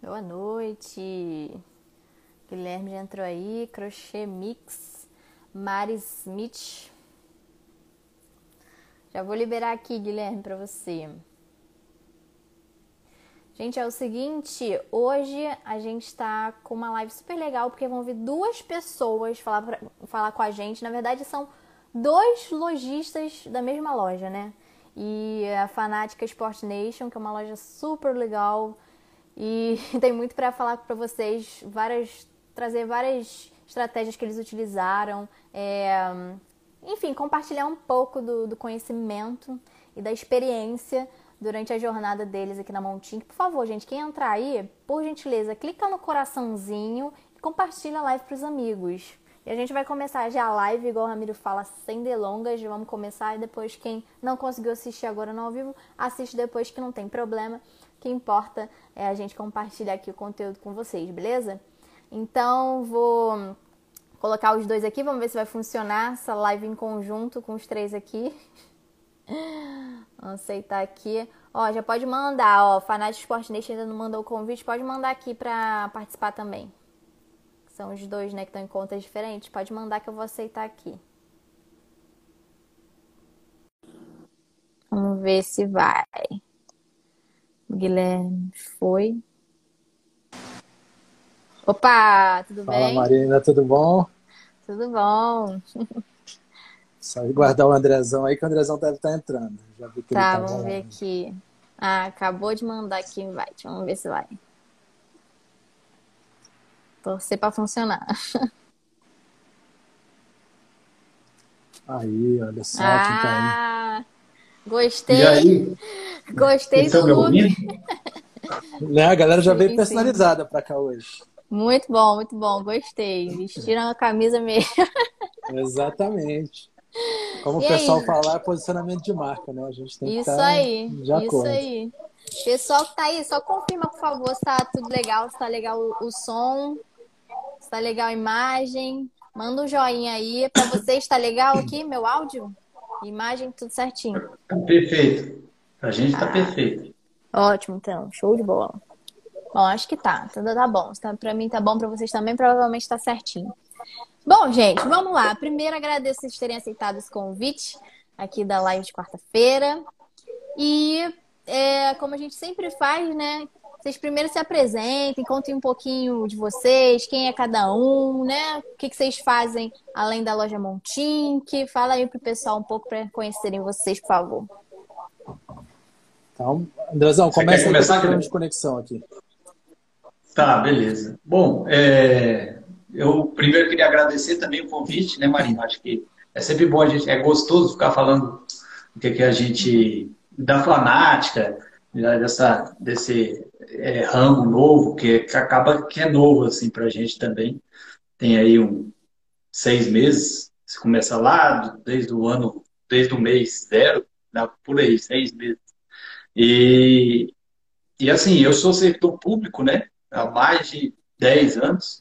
Boa noite. Guilherme já entrou aí. Crochê Mix. Mari Smith. Já vou liberar aqui, Guilherme, pra você. Gente, é o seguinte. Hoje a gente tá com uma live super legal, porque vão vir duas pessoas falar com a gente. Na verdade, são dois lojistas da mesma loja, né? E a Fanática Sport Nation, que é uma loja super legal. E tem muito para falar para vocês, trazer várias estratégias que eles utilizaram, enfim, compartilhar um pouco do conhecimento e da experiência durante a jornada deles aqui na Montink. Por favor, gente, quem entrar aí, por gentileza, clica no coraçãozinho e compartilha a live para os amigos. E a gente vai começar já a live, igual o Ramiro fala, sem delongas. Vamos começar e depois quem não conseguiu assistir agora no ao vivo, assiste depois, que não tem problema. O que importa é a gente compartilhar aqui o conteúdo com vocês, beleza? Então, vou colocar os dois aqui, vamos ver se vai funcionar essa live em conjunto com os três aqui. Vamos aceitar aqui. Ó, já pode mandar, ó, Fanático Sport Nation ainda não mandou o convite, pode mandar aqui pra participar também. São os dois, né, que estão em contas diferentes. Pode mandar que eu vou aceitar aqui. Vamos ver se vai. Guilherme foi. Opa, tudo Fala, bem? Marina, tudo bom? Tudo bom. Só guardar o Andrezão aí, que o Andrezão deve estar entrando. Já vi que ele Tá, estava vamos ver lá. aqui. Ah, acabou de mandar aqui o invite. Vamos ver se vai. Torcer pra funcionar. Aí, olha só quem tá aí. Ah, E gostei. aí, Gostei vocês do estão me look. ouvindo? Né, a galera já veio Sim, sim. personalizada pra cá hoje. Muito bom, muito bom. Gostei. Vestiram a camisa mesmo. Exatamente. Como o E aí? pessoal fala, é posicionamento de marca, né? A gente tem que Isso estar aí, de isso acordo. aí. Pessoal que tá aí, só confirma, por favor, se tá tudo legal, se tá legal o som, se tá legal a imagem. Manda um joinha aí. Pra vocês, tá legal aqui, meu áudio? Imagem, tudo certinho. Tá perfeito. A gente tá Ah, perfeito. ótimo, então. Show de bola. Bom, acho que tá. Tudo tá bom. Se tá, pra mim tá bom, pra vocês também, provavelmente tá certinho. Bom, gente, vamos lá. Primeiro, agradeço vocês terem aceitado esse convite aqui da live de quarta-feira. E como a gente sempre faz, né? Vocês primeiro se apresentem, contem um pouquinho de vocês, quem é cada um, né? O que vocês fazem além da loja Montink. Fala aí pro pessoal um pouco para conhecerem vocês, por favor. Então, Andrezão, Você quer começa aí que eu tô começar, com problema Guilherme? de conexão aqui. Tá, beleza. Bom, eu primeiro queria agradecer também o convite, né, Marina? Acho que é sempre bom, é gostoso ficar falando o que a gente, da Fanática, né, desse ramo novo, que acaba que é novo, assim, pra gente também. Tem aí 6 meses, se começa lá, desde o mês zero, por aí, 6 meses. E, e assim, eu sou servidor público, né, há mais de 10 anos,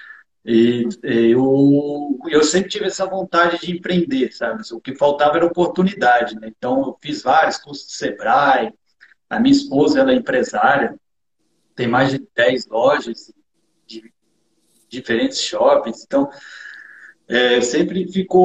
e eu sempre tive essa vontade de empreender, sabe? O que faltava era oportunidade, né? Então, eu fiz vários cursos do Sebrae, a minha esposa, ela é empresária, tem mais de 10 lojas de diferentes shoppings, então sempre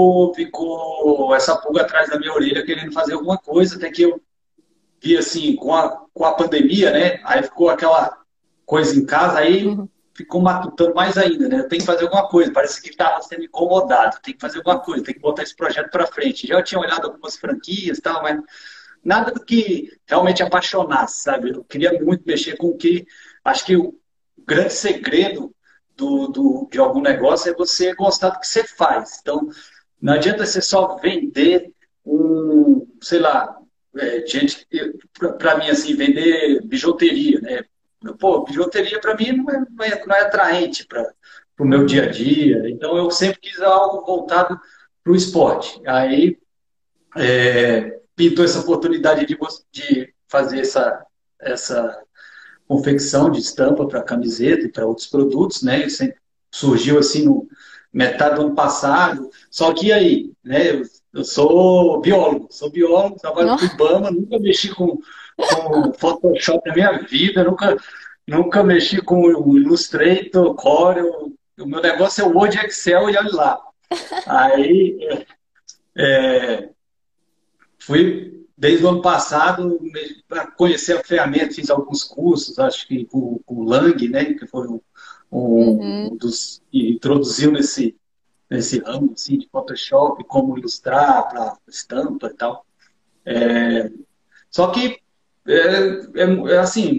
ficou essa pulga atrás da minha orelha querendo fazer alguma coisa, até que eu vi assim, com a pandemia, né? Aí ficou aquela coisa em casa, aí ficou matutando mais ainda, né? Eu tenho que fazer alguma coisa, parece que estava sendo incomodado, tem que fazer alguma coisa, tem que botar esse projeto para frente. Já eu tinha olhado algumas franquias e tal, mas nada do que realmente apaixonasse, sabe? Eu queria muito mexer com o que. Acho que o grande segredo de algum negócio é você gostar do que você faz. Então, não adianta você só vender sei lá, gente, para mim, assim, vender bijuteria, né? Pô, bijuteria para mim não é atraente para o meu dia a Uhum. dia. Então, eu sempre quis algo voltado para o esporte. Aí, pintou essa oportunidade de fazer essa confecção de estampa para camiseta e para outros produtos, né? Isso surgiu assim no metade do ano passado. Só que aí, né? Eu sou biólogo, trabalho Não? para o IBAMA, nunca mexi com Photoshop na minha vida, nunca. nunca mexi com o Illustrator, Corel. O meu negócio é o Word, Excel e olha lá. Aí fui desde o ano passado para conhecer a ferramenta, fiz alguns cursos, acho que com o Lang, né, que foi um Uhum. dos que introduziu nesse ramo assim, de Photoshop, como ilustrar para estampa e tal. Só que é assim,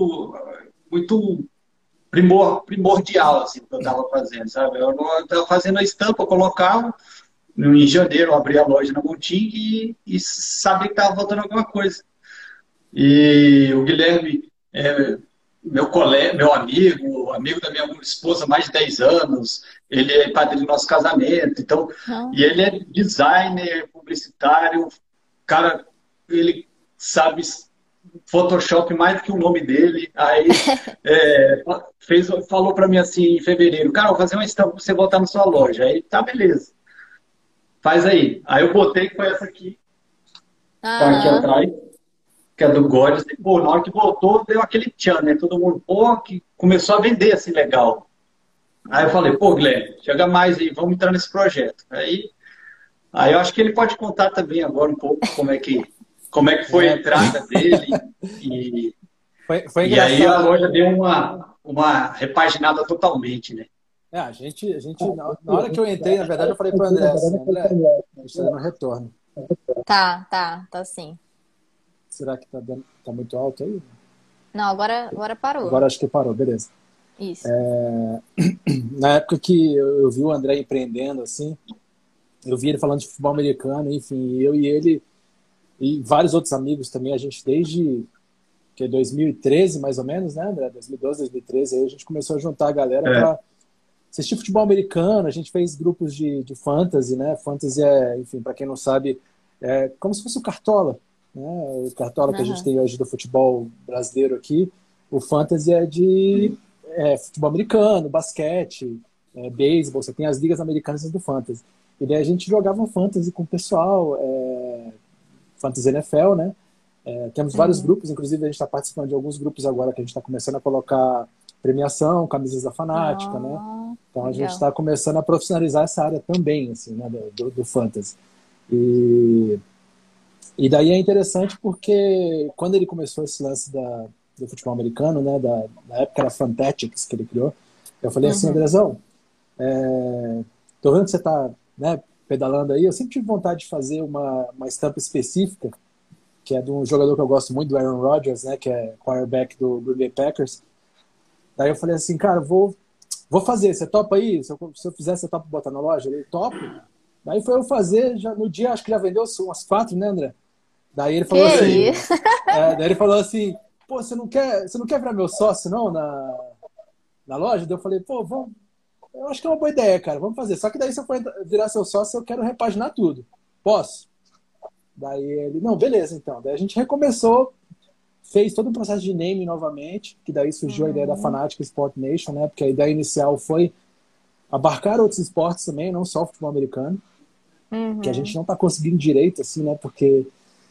muito primordial assim, o que eu estava fazendo, sabe? Eu estava fazendo a estampa, eu colocava, em janeiro eu abri a loja na Monting e sabia que estava faltando alguma coisa. E o Guilherme, meu colega, meu amigo, amigo da minha esposa há mais de 10 anos, ele é padrinho do nosso casamento, então, e Não. ele é designer, publicitário, cara, ele sabe Photoshop mais do que o nome dele. Aí falou para mim assim em fevereiro, cara, vou fazer uma estampa para você botar na sua loja. Aí tá beleza, faz aí. Aí eu botei que foi essa aqui, tá aqui Aham. atrás, que é do Gorgeous. E, pô, na hora que botou, deu aquele tchan, né? Todo mundo, pô, que começou a vender assim legal. Aí eu falei, pô, Guilherme, chega mais aí, vamos entrar nesse projeto. Aí eu acho que ele pode contar também agora um pouco como é que foi a É, entrada dele e, foi e aí a engraçado. loja deu uma repaginada totalmente, né? Na hora que eu entrei, na verdade, eu falei para o André assim, André, a gente está dando retorno. Tá sim. Será que tá muito alto aí? Não, agora parou. Agora acho que parou, beleza. Isso. Na época que eu vi o André empreendendo, assim, eu vi ele falando de futebol americano, enfim, eu e ele e vários outros amigos também, a gente desde que é 2013, mais ou menos, né, André? 2012, 2013, aí a gente começou a juntar a galera É, para assistir futebol americano, a gente fez grupos de fantasy, né? Fantasy é, enfim, para quem não sabe, é como se fosse o Cartola, né? O Cartola que a gente Aham. tem hoje do futebol brasileiro aqui, o fantasy é de futebol americano, basquete, beisebol, você tem as ligas americanas do fantasy. E daí a gente jogava fantasy com o pessoal, fantasy NFL, né? Temos vários Uhum. grupos, inclusive a gente está participando de alguns grupos agora que a gente está começando a colocar premiação, camisas da Fanática, né? Ah, Então a gente legal. está começando a profissionalizar essa área também, assim, né, do fantasy. E, e daí é interessante porque quando ele começou esse lance do futebol americano, né, na época era Fanatics que ele criou, eu falei assim, Uhum. Andrezão, tô vendo que você está, né, pedalando aí, eu sempre tive vontade de fazer uma estampa específica que é de um jogador que eu gosto muito, do Aaron Rodgers, né, que é quarterback do Green Bay Packers. Daí eu falei assim, cara, vou fazer, você topa aí? Se eu fizer, você topa botar na loja? Ele, topo. Daí foi eu fazer, já, no dia acho que já vendeu umas 4, né, André? Daí ele falou Que assim, isso? daí ele falou assim, pô, você não quer virar meu sócio, não, na loja? Daí eu falei, pô, eu acho que é uma boa ideia, cara, vamos fazer. Só que daí se eu for virar seu sócio, eu quero repaginar tudo. Posso? Daí ele, não, beleza, então. Daí a gente recomeçou, fez todo o processo de naming novamente, que daí surgiu a ideia da Uhum. Fanatic Sport Nation, né? Porque a ideia inicial foi abarcar outros esportes também, não só o futebol americano, que a gente Uhum. não está conseguindo direito, assim, né? Porque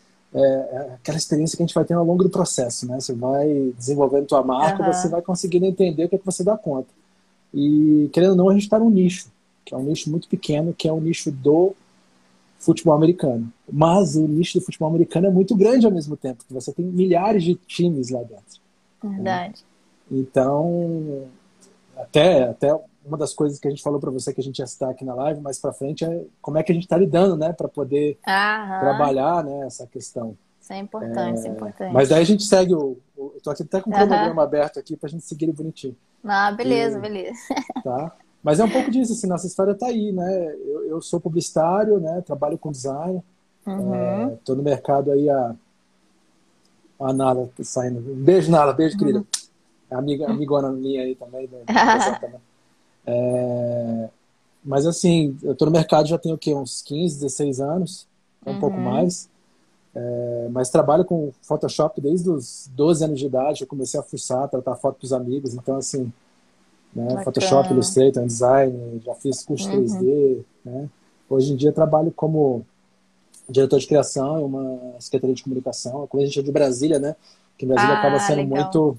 é aquela experiência que a gente vai tendo ao longo do processo, né? Você vai desenvolvendo tua marca, você Aham. vai conseguindo entender o que é que você dá conta. E, querendo ou não, a gente está num nicho, que é um nicho muito pequeno, que é o nicho do futebol americano. Mas o nicho do futebol americano é muito grande ao mesmo tempo, porque você tem milhares de times lá dentro. Né? Verdade. Então, até uma das coisas que a gente falou para você que a gente ia citar aqui na live mais para frente é como é que a gente está lidando, né, para poder Aham. trabalhar, né, essa questão. Isso é importante, isso é Mas daí a importante. gente segue eu tô aqui até com o Aham. cronograma aberto aqui para a gente seguir ele bonitinho. Ah, beleza, E, beleza. tá? Mas é um pouco disso, assim, nossa história está aí, né? Eu sou publicitário, né? Trabalho com design, Uhum. estou no mercado aí a Nala tá saindo. Um beijo, Nala, beijo, querida. Amigona minha aí também, da empresa também. Mas assim, eu tô no mercado já tenho o quê? Uns 15, 16 anos, um pouco Uhum. mais. Mas trabalho com Photoshop desde os 12 anos de idade. Eu comecei a fuçar, tratar foto pros amigos. Então, assim, né, Photoshop, Bacana. Illustrator, design, já fiz curso Uhum. 3D, né? Hoje em dia trabalho como diretor de criação em uma secretaria de comunicação. Como a gente é de Brasília, né? Que em Brasília acaba Ah, sendo legal. muito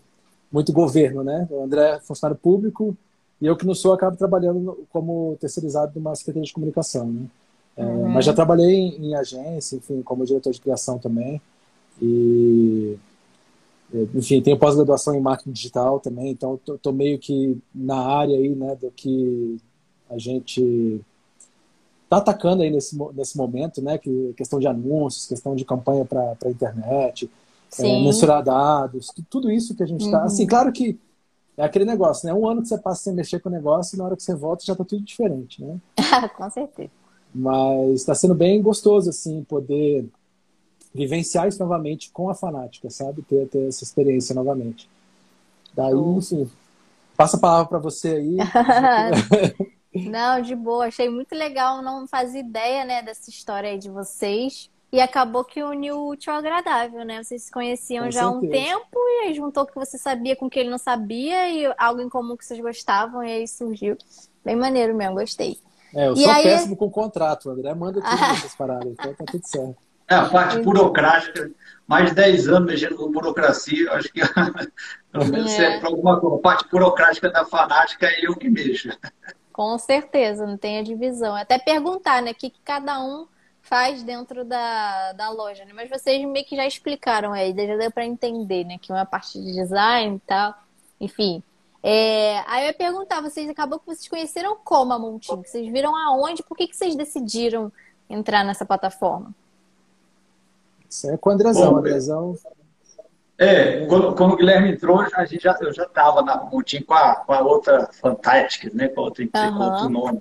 muito governo, né? O André é funcionário público e eu que não sou, acabo trabalhando como terceirizado de uma secretaria de comunicação, né? Mas já trabalhei em agência, enfim, como diretor de criação também. E, enfim, tenho pós-graduação em marketing digital também, então tô meio que na área aí, né, do que a gente tá atacando aí nesse momento, né, que questão de anúncios, questão de campanha para internet, Sim. mensurar dados, tudo isso que a gente está... Assim, claro que é aquele negócio, né? Um ano que você passa sem mexer com o negócio e na hora que você volta já tá tudo diferente, né? Com certeza. Mas está sendo bem gostoso, assim, poder vivenciar isso novamente com a Fanática, sabe? Ter essa experiência novamente. Daí, enfim, passa a palavra para você aí. Não, de boa. Achei muito legal. Não fazia ideia, né, dessa história aí de vocês. E acabou que uniu o útil ao agradável, né? Vocês se conheciam Com já há um certeza. tempo e aí juntou o que você sabia com o que ele não sabia e algo em comum que vocês gostavam e aí surgiu. Bem maneiro mesmo, gostei. Eu E sou aí... péssimo com contrato, o André manda tudo nessas paradas, então tá tudo certo. A parte burocrática, mais de 10 anos mexendo com burocracia, eu acho que pelo menos para alguma coisa, a parte burocrática da Fanática é eu que mexo. Com certeza, não tem a divisão. Até perguntar, né, o que cada um faz dentro da loja, né? Mas vocês meio que já explicaram aí, já deu para entender, né, que uma parte de design e tal, enfim. Aí eu ia perguntar, acabou que vocês conheceram como a Monteam? Vocês viram aonde? Por que vocês decidiram entrar nessa plataforma? Isso é com o Andrezão. Bom, Andrezão... quando o Guilherme entrou, eu já estava na Monteam com a outra Fantástica, né? Com a outra empresa, com outro nome.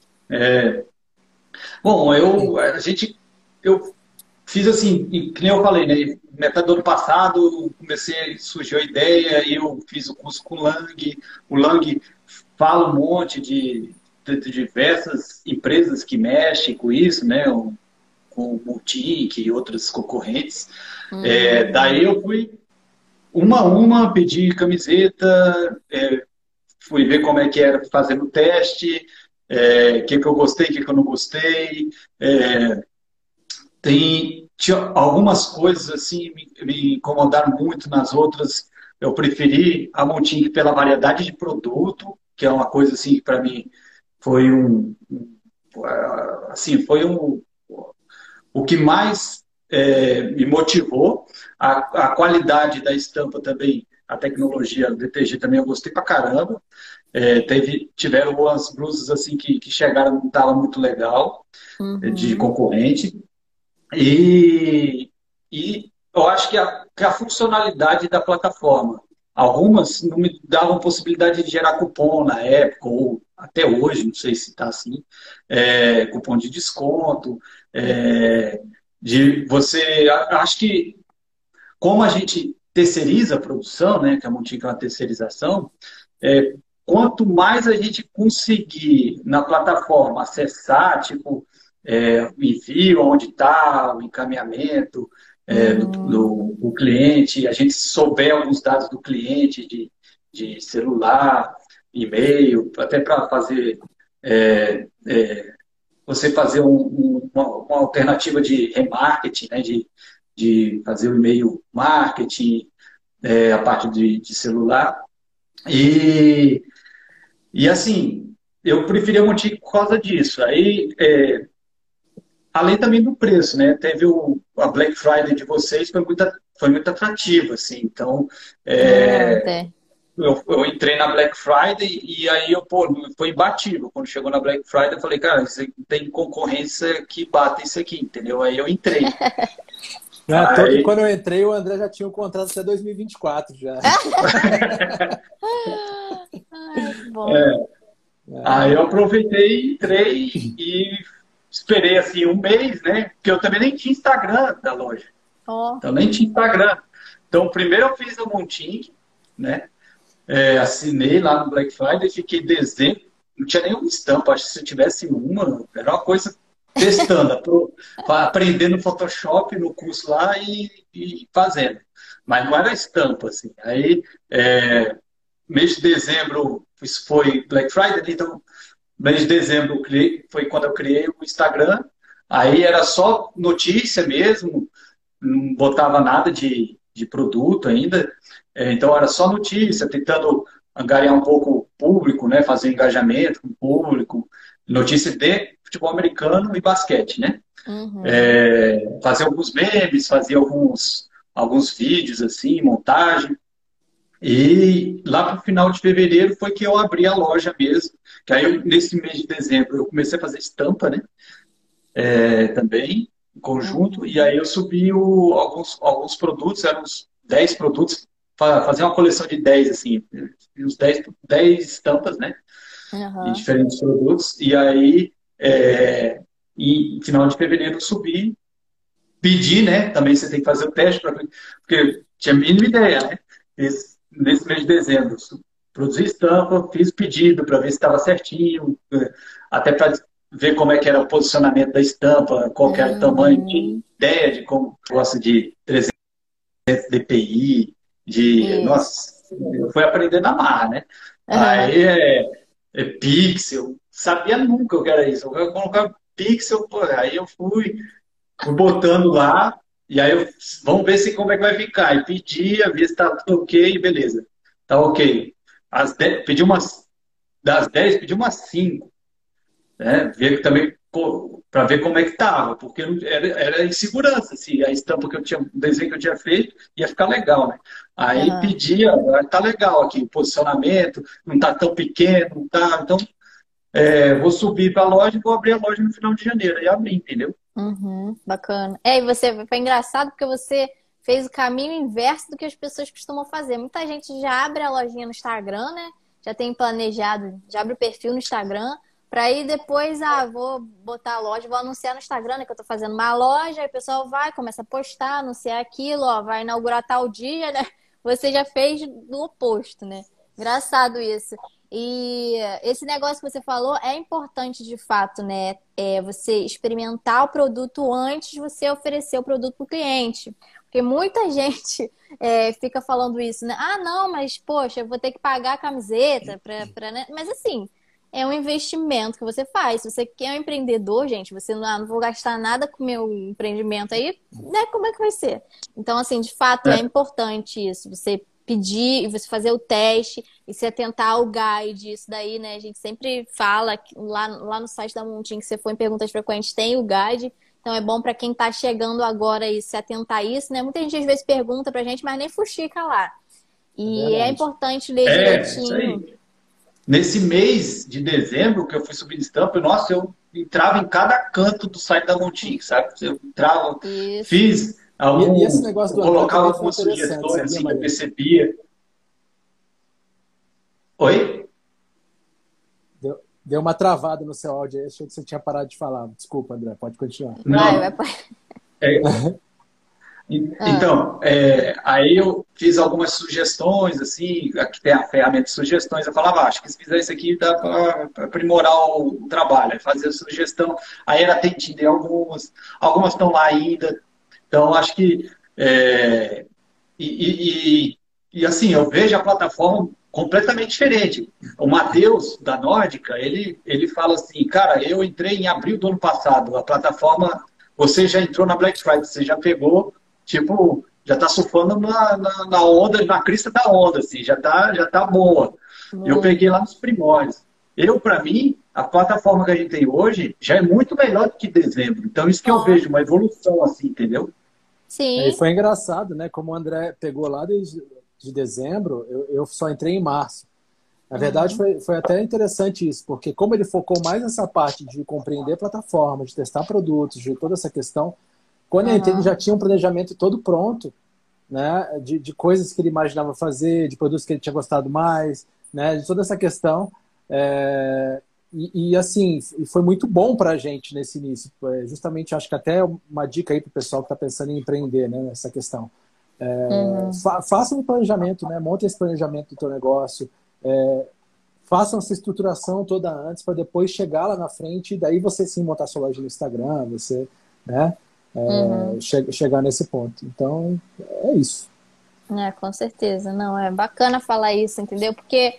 Bom, eu fiz assim, que nem eu falei, né? Metade do ano passado surgiu a ideia, e eu fiz o curso com o Lang. O Lang fala um monte de diversas empresas que mexem com isso, né? Com o Multic e outras concorrentes. Daí eu fui uma a uma, pedi camiseta, fui ver como é que era fazendo o teste, o que eu gostei, o que eu não gostei. Tinha algumas coisas assim me incomodaram muito, nas outras eu preferi a Montinque pela variedade de produto, que é uma coisa assim que para mim foi o que mais me motivou. A qualidade da estampa também, a tecnologia do DTG também eu gostei pra caramba. Tiveram umas blusas assim que chegaram, não estava muito legal, de concorrente. E eu acho que a funcionalidade da plataforma, algumas não me davam possibilidade de gerar cupom na época, ou até hoje, não sei se está assim, cupom de desconto, acho que como a gente terceiriza a produção, né, que a Montica é uma terceirização, quanto mais a gente conseguir na plataforma acessar, tipo, o envio, onde está, o encaminhamento do cliente, a gente souber alguns dados do cliente, de celular, e-mail, até para fazer você fazer uma alternativa de remarketing, né, de fazer o e-mail marketing, a parte de celular. E assim, eu preferia a Montique por causa disso. Aí, além também do preço, né? Teve a Black Friday de vocês, foi muito atrativa, assim. Então, eu entrei na Black Friday e aí foi imbatível. Quando chegou na Black Friday, eu falei, cara, tem concorrência que bate isso aqui, entendeu? Aí eu entrei. Quando eu entrei, o André já tinha um contrato até 2024 já. Bom. Aí eu aproveitei, entrei e esperei assim um mês, né? Porque eu também nem tinha Instagram da loja. Então nem tinha Instagram. Então primeiro eu fiz a Montique, né? Assinei lá no Black Friday, fiquei dezembro, não tinha nenhuma estampa, acho que se eu tivesse uma, era uma coisa testando, aprendendo Photoshop no curso lá e fazendo. Mas não era estampa, assim. Aí, mês de dezembro, isso foi Black Friday, então, mês de dezembro foi quando eu criei o Instagram. Aí era só notícia mesmo, não botava nada de produto ainda. Então era só notícia, tentando angariar um pouco o público, né? Fazer engajamento com o público, notícia de futebol americano e basquete, né? Uhum. Fazer alguns memes, fazer alguns vídeos assim, montagem. E lá para o final de fevereiro foi que eu abri a loja mesmo. Que aí, nesse mês de dezembro, eu comecei a fazer estampa, né? Também, em conjunto. E Uhum. aí eu subi alguns produtos, eram uns 10 produtos, fazer uma coleção de 10 assim, uns 10 estampas, né? De Uhum. diferentes produtos. E aí, em final de fevereiro, eu subi, pedi, né? Também você tem que fazer o teste, porque tinha a mínima ideia, né? Nesse mês de dezembro, produzi estampa, fiz pedido para ver se estava certinho, até para ver como é que era o posicionamento da estampa, qual que era o tamanho, tinha Uhum. ideia de como gosta de 300 dpi, de... Isso. Nossa, eu fui aprender na marra, né? Uhum. Aí pixel, sabia nunca o que era isso. Eu colocava pixel, pô, aí eu fui botando lá, e aí vamos ver se como é que vai ficar. E pedia, ver se tá tudo ok, beleza. Tá ok. Pedi das 10 pedi umas 5, né? Ver também para ver como é que tava, porque era insegurança se a estampa que eu tinha, o desenho que eu tinha feito ia ficar legal, né? Aí Uhum. pedia, tá legal aqui, o posicionamento, não tá tão pequeno, não tá, então vou subir para a loja e vou abrir a loja no final de janeiro. Aí abri, entendeu? Uhum. Bacana. E você, foi engraçado porque você fez o caminho inverso do que as pessoas costumam fazer. Muita gente já abre a lojinha no Instagram, né? Já tem planejado, já abre o perfil no Instagram, para aí depois, vou botar a loja, vou anunciar no Instagram, né, que eu tô fazendo uma loja, aí o pessoal vai, começa a postar, anunciar aquilo, ó, vai inaugurar tal dia, né? Você já fez do oposto, né? Engraçado isso. E esse negócio que você falou é importante de fato, né? Você experimentar o produto antes de você oferecer o produto para o cliente. Porque muita gente fica falando isso, né? Ah, não, mas poxa, eu vou ter que pagar a camiseta né? Mas assim, é um investimento que você faz. Se você quer um empreendedor, gente, você não vou gastar nada com o meu empreendimento aí, né? Como é que vai ser? Então, assim, de fato, é importante isso. Você pedir e você fazer o teste e se atentar ao guide. Isso daí, né? A gente sempre fala lá no site da Montin, que você for em perguntas frequentes, tem o guide. Então é bom para quem está chegando agora e se atentar a isso, né? Muita gente às vezes pergunta pra gente, mas nem fuxica lá. É E é verdade. importante ler Isso direitinho. aí. Nesse mês de dezembro que eu fui subir estampa, nossa, eu entrava em cada canto do site da Montin, sabe? Eu entrava, Isso. fiz E esse alguns, negócio eu do André colocava também foi algumas interessante, sugestões sabia, assim que eu Maria? percebia. Oi? Deu uma travada no seu áudio aí, achei que você tinha parado de falar. Desculpa, André, pode continuar. Vai. Não. É, Ah, Então, aí eu fiz algumas sugestões, assim, aqui tem a ferramenta de sugestões, eu falava, acho que se fizer isso aqui dá para aprimorar o trabalho, aí fazia sugestão, aí era atendido em algumas estão lá ainda, então acho que, assim, eu vejo a plataforma completamente diferente. O Matheus, da Nórdica, ele fala assim, cara, eu entrei em abril do ano passado, a plataforma, você já entrou na Black Friday, você já pegou, tipo, já está surfando na onda, na crista da onda, assim, já tá boa. Eu peguei muito. lá nos primórdios. Para mim, a plataforma que a gente tem hoje já é muito melhor do que dezembro. Então, isso que eu Ó, vejo, uma evolução, assim, entendeu? E sim. foi engraçado, né? Como o André pegou lá de dezembro, eu só entrei em março. Na verdade, Uhum. foi até interessante isso, porque como ele focou mais nessa parte de compreender a plataforma, de testar produtos, de toda essa questão, quando eu entrei, ele Uhum. já tinha um planejamento todo pronto, né? De coisas que ele imaginava fazer, de produtos que ele tinha gostado mais, né? De toda essa questão. É, assim, foi muito bom para a gente nesse início. Justamente, acho que até uma dica aí para o pessoal que está pensando em empreender, né? Nessa questão. Uhum. Faça um planejamento, né? Monte esse planejamento do teu negócio. Façam essa estruturação toda antes para depois chegar lá na frente e daí você sim montar sua loja no Instagram, você, né? Uhum. Chegar nesse ponto. Então, é isso. Com certeza. Não, é bacana falar isso, entendeu? Porque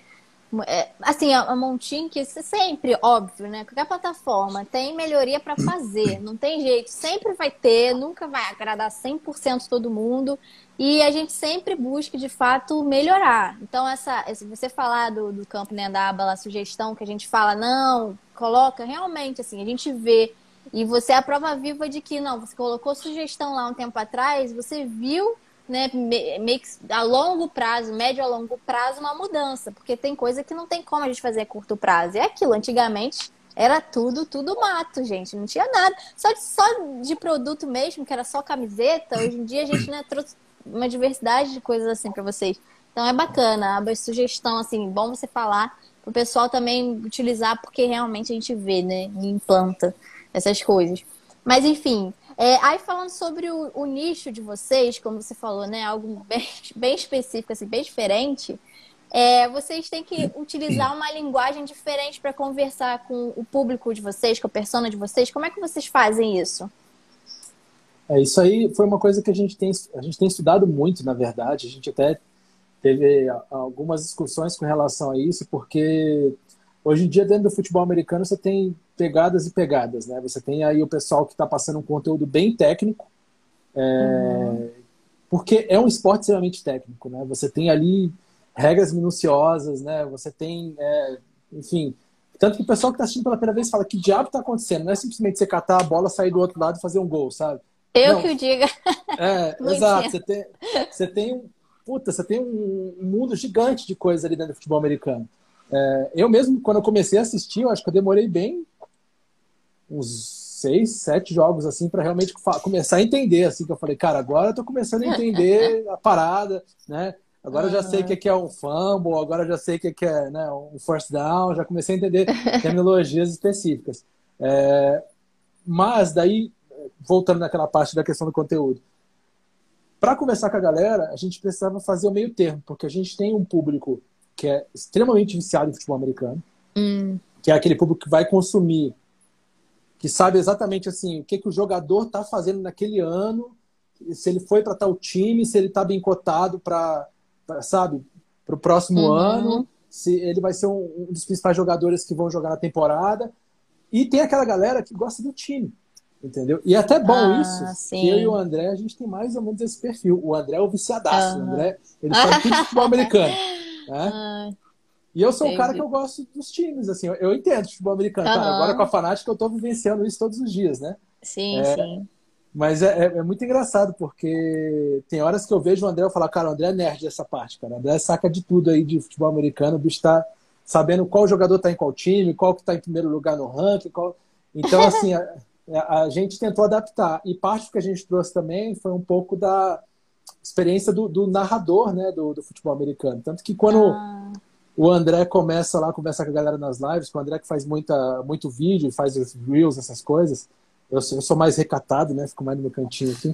Assim, a Montinque sempre, óbvio, né? Qualquer plataforma tem melhoria para fazer, não tem jeito, sempre vai ter, nunca vai agradar 100% todo mundo e a gente sempre busca, de fato, melhorar. Então, se você falar do campo, né, da aba lá, sugestão, que a gente fala, não, coloca, realmente, assim, a gente vê e você é a prova viva de que, não, você colocou sugestão lá um tempo atrás, você viu, né, meio que a longo prazo, médio a longo prazo, uma mudança, porque tem coisa que não tem como a gente fazer a curto prazo. É aquilo, antigamente era tudo mato, gente, não tinha nada. Só de produto mesmo, que era só camiseta, hoje em dia a gente, né, trouxe uma diversidade de coisas assim para vocês. Então é bacana, a sugestão, assim, bom você falar, para o pessoal também utilizar, porque realmente a gente vê, né, e implanta essas coisas. Mas enfim, aí falando sobre o nicho de vocês, como você falou, né? Algo bem específico, assim, bem diferente. Vocês têm que utilizar uma linguagem diferente para conversar com o público de vocês, com a persona de vocês. Como é que vocês fazem isso? Isso aí foi uma coisa que a gente tem estudado muito, na verdade. A gente até teve algumas discussões com relação a isso, porque hoje em dia, dentro do futebol americano, você tem pegadas e pegadas, né? Você tem aí o pessoal que está passando um conteúdo bem técnico, porque é um esporte extremamente técnico, né? Você tem ali regras minuciosas, né? Você tem, enfim... Tanto que o pessoal que está assistindo pela primeira vez fala, que diabo está acontecendo? Não é simplesmente você catar a bola, sair do outro lado e fazer um gol, sabe? Eu Não, que o diga. Exato. Você tem um mundo gigante de coisas ali dentro do futebol americano. Eu mesmo, quando eu comecei a assistir, eu acho que eu demorei bem uns 6, 7 jogos assim para realmente começar a entender, assim, que eu falei, cara, agora eu tô começando a entender a parada, né? Agora eu já sei o que é um fumble, agora eu já sei o que é, né, um first down, já comecei a entender terminologias específicas. Mas daí, voltando naquela parte da questão do conteúdo, para conversar com a galera, a gente precisava fazer o meio termo, porque a gente tem um público que é extremamente viciado em futebol americano, que é aquele público que vai consumir, que sabe exatamente assim o que o jogador está fazendo naquele ano, se ele foi para tal time, se ele está bem cotado para o próximo ano, se ele vai ser um dos principais jogadores que vão jogar na temporada. E tem aquela galera que gosta do time, entendeu? E é até bom isso, sim. que eu e o André, a gente tem mais ou menos esse perfil. O André é o viciadaço, o André, ele sabe tudo de futebol americano, né? E eu sou o cara que eu gosto dos times, assim, eu entendo futebol americano, cara, agora com a Fanática eu tô vivenciando isso todos os dias, né? Sim, sim. Mas é muito engraçado, porque tem horas que eu vejo o André, eu falo, cara, o André é nerd dessa parte, cara, o André saca de tudo aí de futebol americano, o bicho tá sabendo qual jogador tá em qual time, qual que tá em primeiro lugar no ranking, Então, assim, a gente tentou adaptar, e parte do que a gente trouxe também foi um pouco da experiência do narrador, né, do futebol americano, tanto que quando o André começa lá a conversar com a galera nas lives, o André que faz muito vídeo, faz os reels, essas coisas, eu sou mais recatado, né? Fico mais no meu cantinho aqui.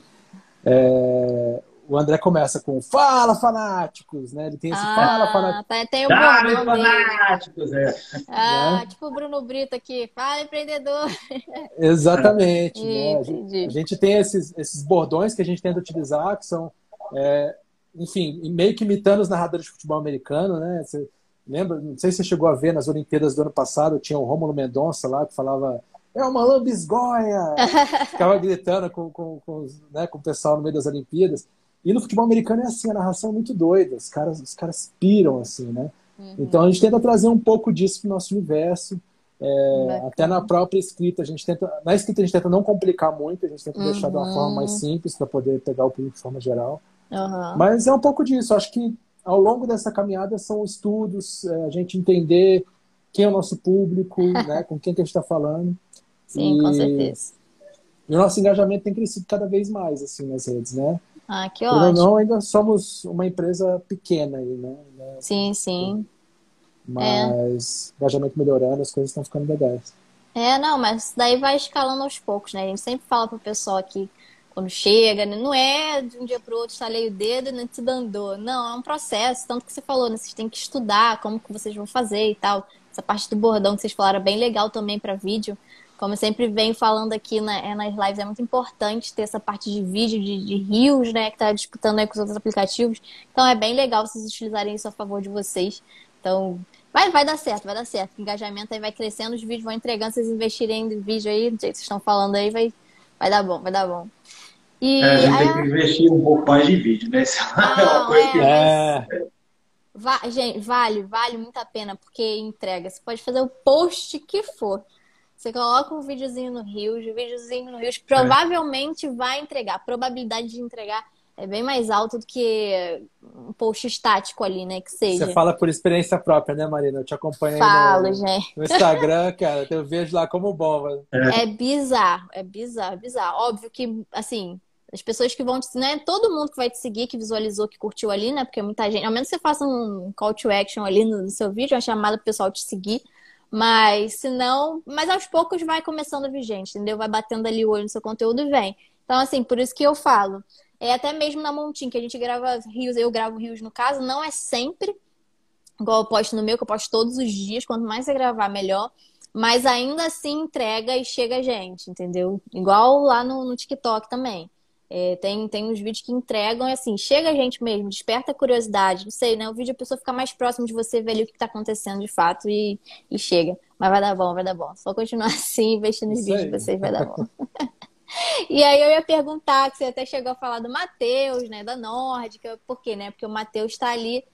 O André começa com "Fala, fanáticos", né? Ele tem esse "Fala, fanáticos". Tem o bordão fanáticos, né? Tipo o Bruno Brito aqui, "Fala, empreendedor". Exatamente. Né? Entendi. A gente tem esses bordões que a gente tenta utilizar, que são, enfim, meio que imitando os narradores de futebol americano, né? Você lembra? Não sei se você chegou a ver nas Olimpíadas do ano passado, tinha o Rômulo Mendonça lá que falava "É uma lambisgoia!" Ficava gritando com o pessoal no meio das Olimpíadas. E no futebol americano é assim, a narração é muito doida. Os caras piram, assim, né? Então a gente tenta trazer um pouco disso pro nosso universo. Até na própria escrita, na escrita a gente tenta não complicar muito, a gente tenta deixar de uma forma mais simples para poder pegar o público de forma geral. Mas é um pouco disso. Acho que ao longo dessa caminhada são estudos, a gente entender quem é o nosso público, né? Com quem que a gente está falando. Sim, com certeza. E o nosso engajamento tem crescido cada vez mais, assim, nas redes, né? Que ótimo. Não, ainda somos uma empresa pequena aí, né? Sim, sim. Mas engajamento melhorando, as coisas estão ficando legais. Não, mas daí vai escalando aos poucos, né? A gente sempre fala pro pessoal aqui, quando chega, né? Não é de um dia pro outro, estalei o dedo e não te andou. Não, é um processo, tanto que você falou, né? Vocês têm que estudar como que vocês vão fazer e tal. Essa parte do bordão que vocês falaram é bem legal também para vídeo. Como eu sempre venho falando aqui nas lives, é muito importante ter essa parte de vídeo, de reels, né? Que tá disputando aí com os outros aplicativos. Então é bem legal vocês utilizarem isso a favor de vocês. Então, vai dar certo, vai dar certo. O engajamento aí vai crescendo, os vídeos vão entregando, vocês investirem em vídeo aí, do jeito que vocês estão falando aí, vai dar bom, vai dar bom. E A gente tem aí, que investir um pouco mais de vídeo, né? Isso é uma coisa que... Gente, vale muito a pena, porque entrega. Você pode fazer o post que for. Você coloca um videozinho no Reels, provavelmente vai entregar. A probabilidade de entregar é bem mais alta do que um post estático ali, né? Que seja. Você fala por experiência própria, né, Marina? Eu te acompanho aí gente. no Instagram, cara. Eu vejo lá como bom. Mano. É bizarro. Óbvio que, assim, as pessoas que vão te... Não é todo mundo que vai te seguir, que visualizou, que curtiu ali, né? Porque muita gente... Ao menos você faça um call to action ali no seu vídeo, uma chamada pro pessoal te seguir. Mas, se não... Mas aos poucos vai começando a vir gente, entendeu? Vai batendo ali o olho no seu conteúdo e vem. Então, assim, por isso que eu falo. Até mesmo na Montim, que a gente grava Reels, eu gravo Reels no caso, não é sempre igual eu posto no meu, que eu posto todos os dias. Quanto mais você gravar, melhor. Mas ainda assim entrega e chega gente, entendeu? Igual lá no TikTok também. Tem uns vídeos que entregam e assim, chega a gente mesmo, desperta a curiosidade, não sei, né? O vídeo a pessoa fica mais próximo de você ver ali o que tá acontecendo de fato e chega. Mas vai dar bom, vai dar bom. Só continuar assim, investindo nos vídeos de vocês, vai dar bom. E aí eu ia perguntar, que você até chegou a falar do Matheus, né? Da Nórdica, por quê, né? Porque o Matheus tá ali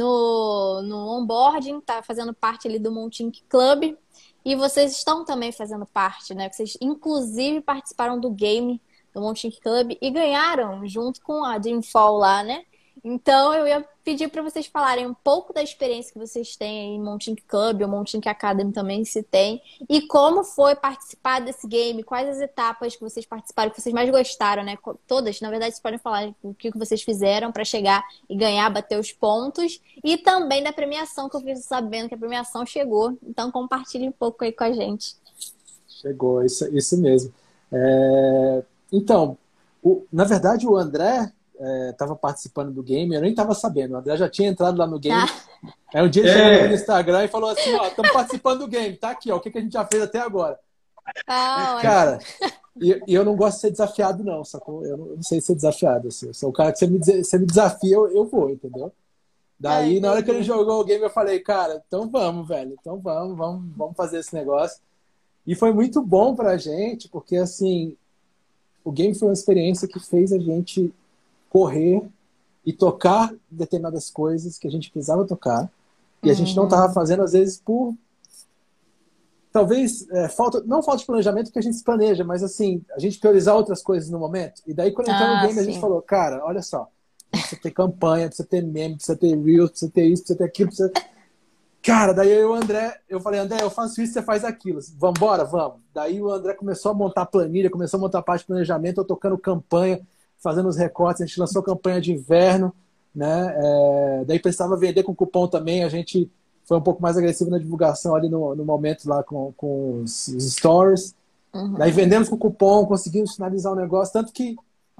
no onboarding, tá fazendo parte ali do Montim Club. E vocês estão também fazendo parte, né? Vocês inclusive participaram do game do Montim Club e ganharam junto com a Dreamfall lá, né? Então eu ia pedir para vocês falarem um pouco da experiência que vocês têm em Montim Club ou Montim Academy também, se tem, e como foi participar desse game, quais as etapas que vocês participaram, que vocês mais gostaram, né? Todas, na verdade, vocês podem falar o que vocês fizeram para chegar e ganhar, bater os pontos, e também da premiação, que eu fiz sabendo que a premiação chegou. Então compartilhe um pouco aí com a gente. Chegou, isso mesmo. Então, na verdade, o André estava participando do game, eu nem estava sabendo. O André já tinha entrado lá no game. Aí um dia ele chegou no Instagram e falou assim, ó, estamos participando do game, tá aqui, ó, o que a gente já fez até agora. Cara, e eu não gosto de ser desafiado, não, sacou? Eu não sei ser desafiado, assim. Eu sou o cara que você me desafia, eu vou, entendeu? Daí, na hora que ele jogou o game, eu falei, cara, então vamos, velho, então vamos fazer esse negócio. E foi muito bom pra gente, porque, assim, o game foi uma experiência que fez a gente correr e tocar determinadas coisas que a gente precisava tocar e a gente não estava fazendo, às vezes, por talvez não falta de planejamento, porque a gente se planeja, mas assim, a gente priorizar outras coisas no momento. E daí, quando entrou no game, a gente falou, cara, olha só, precisa ter campanha, precisa ter meme, precisa ter reels, precisa ter isso, precisa ter aquilo, precisa... Cara, daí eu falei, André, eu faço isso, você faz aquilo. Vambora, vamos. Daí o André começou a montar planilha, começou a montar a parte de planejamento, eu tocando campanha, fazendo os recortes, a gente lançou campanha de inverno, né? Daí precisava vender com cupom também, a gente foi um pouco mais agressivo na divulgação ali no momento lá com os stories. Daí vendemos com cupom, conseguimos finalizar o negócio, tanto que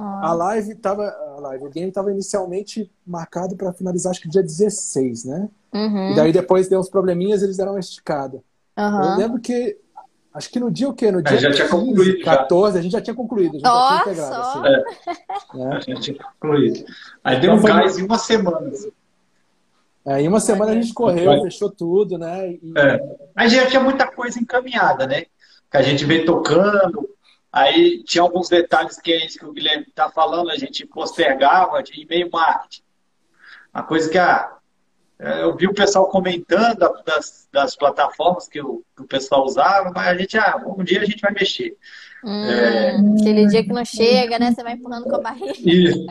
o game estava inicialmente marcado para finalizar, acho que dia 16, né? E daí depois deu uns probleminhas, eles deram uma esticada. Eu lembro que, acho que no dia o quê? No dia já 15, 14, a gente já tinha concluído. A gente já tinha integrado. Assim. A gente tinha concluído. Aí deu um gás em uma semana. Assim. Em uma semana a gente correu, fechou tudo, né? Aí já tinha muita coisa encaminhada, né? Que a gente veio tocando. Aí tinha alguns detalhes que é isso que o Guilherme está falando, a gente postergava de e-mail marketing. Uma coisa que eu vi o pessoal comentando das plataformas que o pessoal usava, mas a gente, um dia a gente vai mexer. Aquele dia que não chega, né? Você vai empurrando com a barriga. Isso.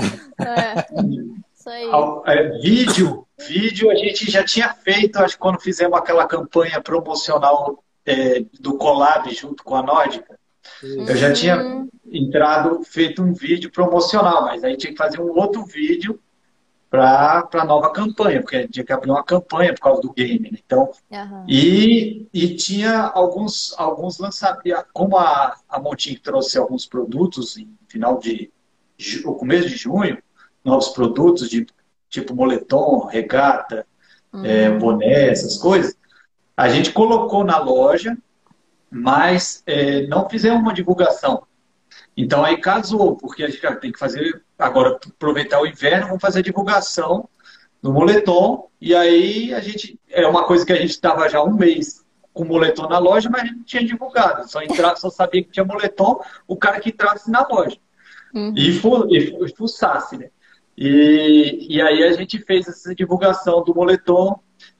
Isso aí. Vídeo a gente já tinha feito, acho que quando fizemos aquela campanha promocional do Collab junto com a Nórdica. Eu já tinha feito um vídeo promocional, mas aí tinha que fazer um outro vídeo para a nova campanha, porque tinha que abrir uma campanha por causa do game, né? Então, e tinha alguns lançamentos, como a Montim trouxe alguns produtos em final o começo de junho, novos produtos de tipo moletom, regata, boné, essas coisas, a gente colocou na loja, mas não fizemos uma divulgação. Então aí casou, porque a gente tem que fazer, agora aproveitar o inverno, vamos fazer a divulgação no moletom, e aí a gente, é uma coisa que a gente estava já um mês com moletom na loja, mas a gente não tinha divulgado, só sabia que tinha moletom o cara que entrasse na loja. E fuçasse, né? E aí a gente fez essa divulgação do moletom.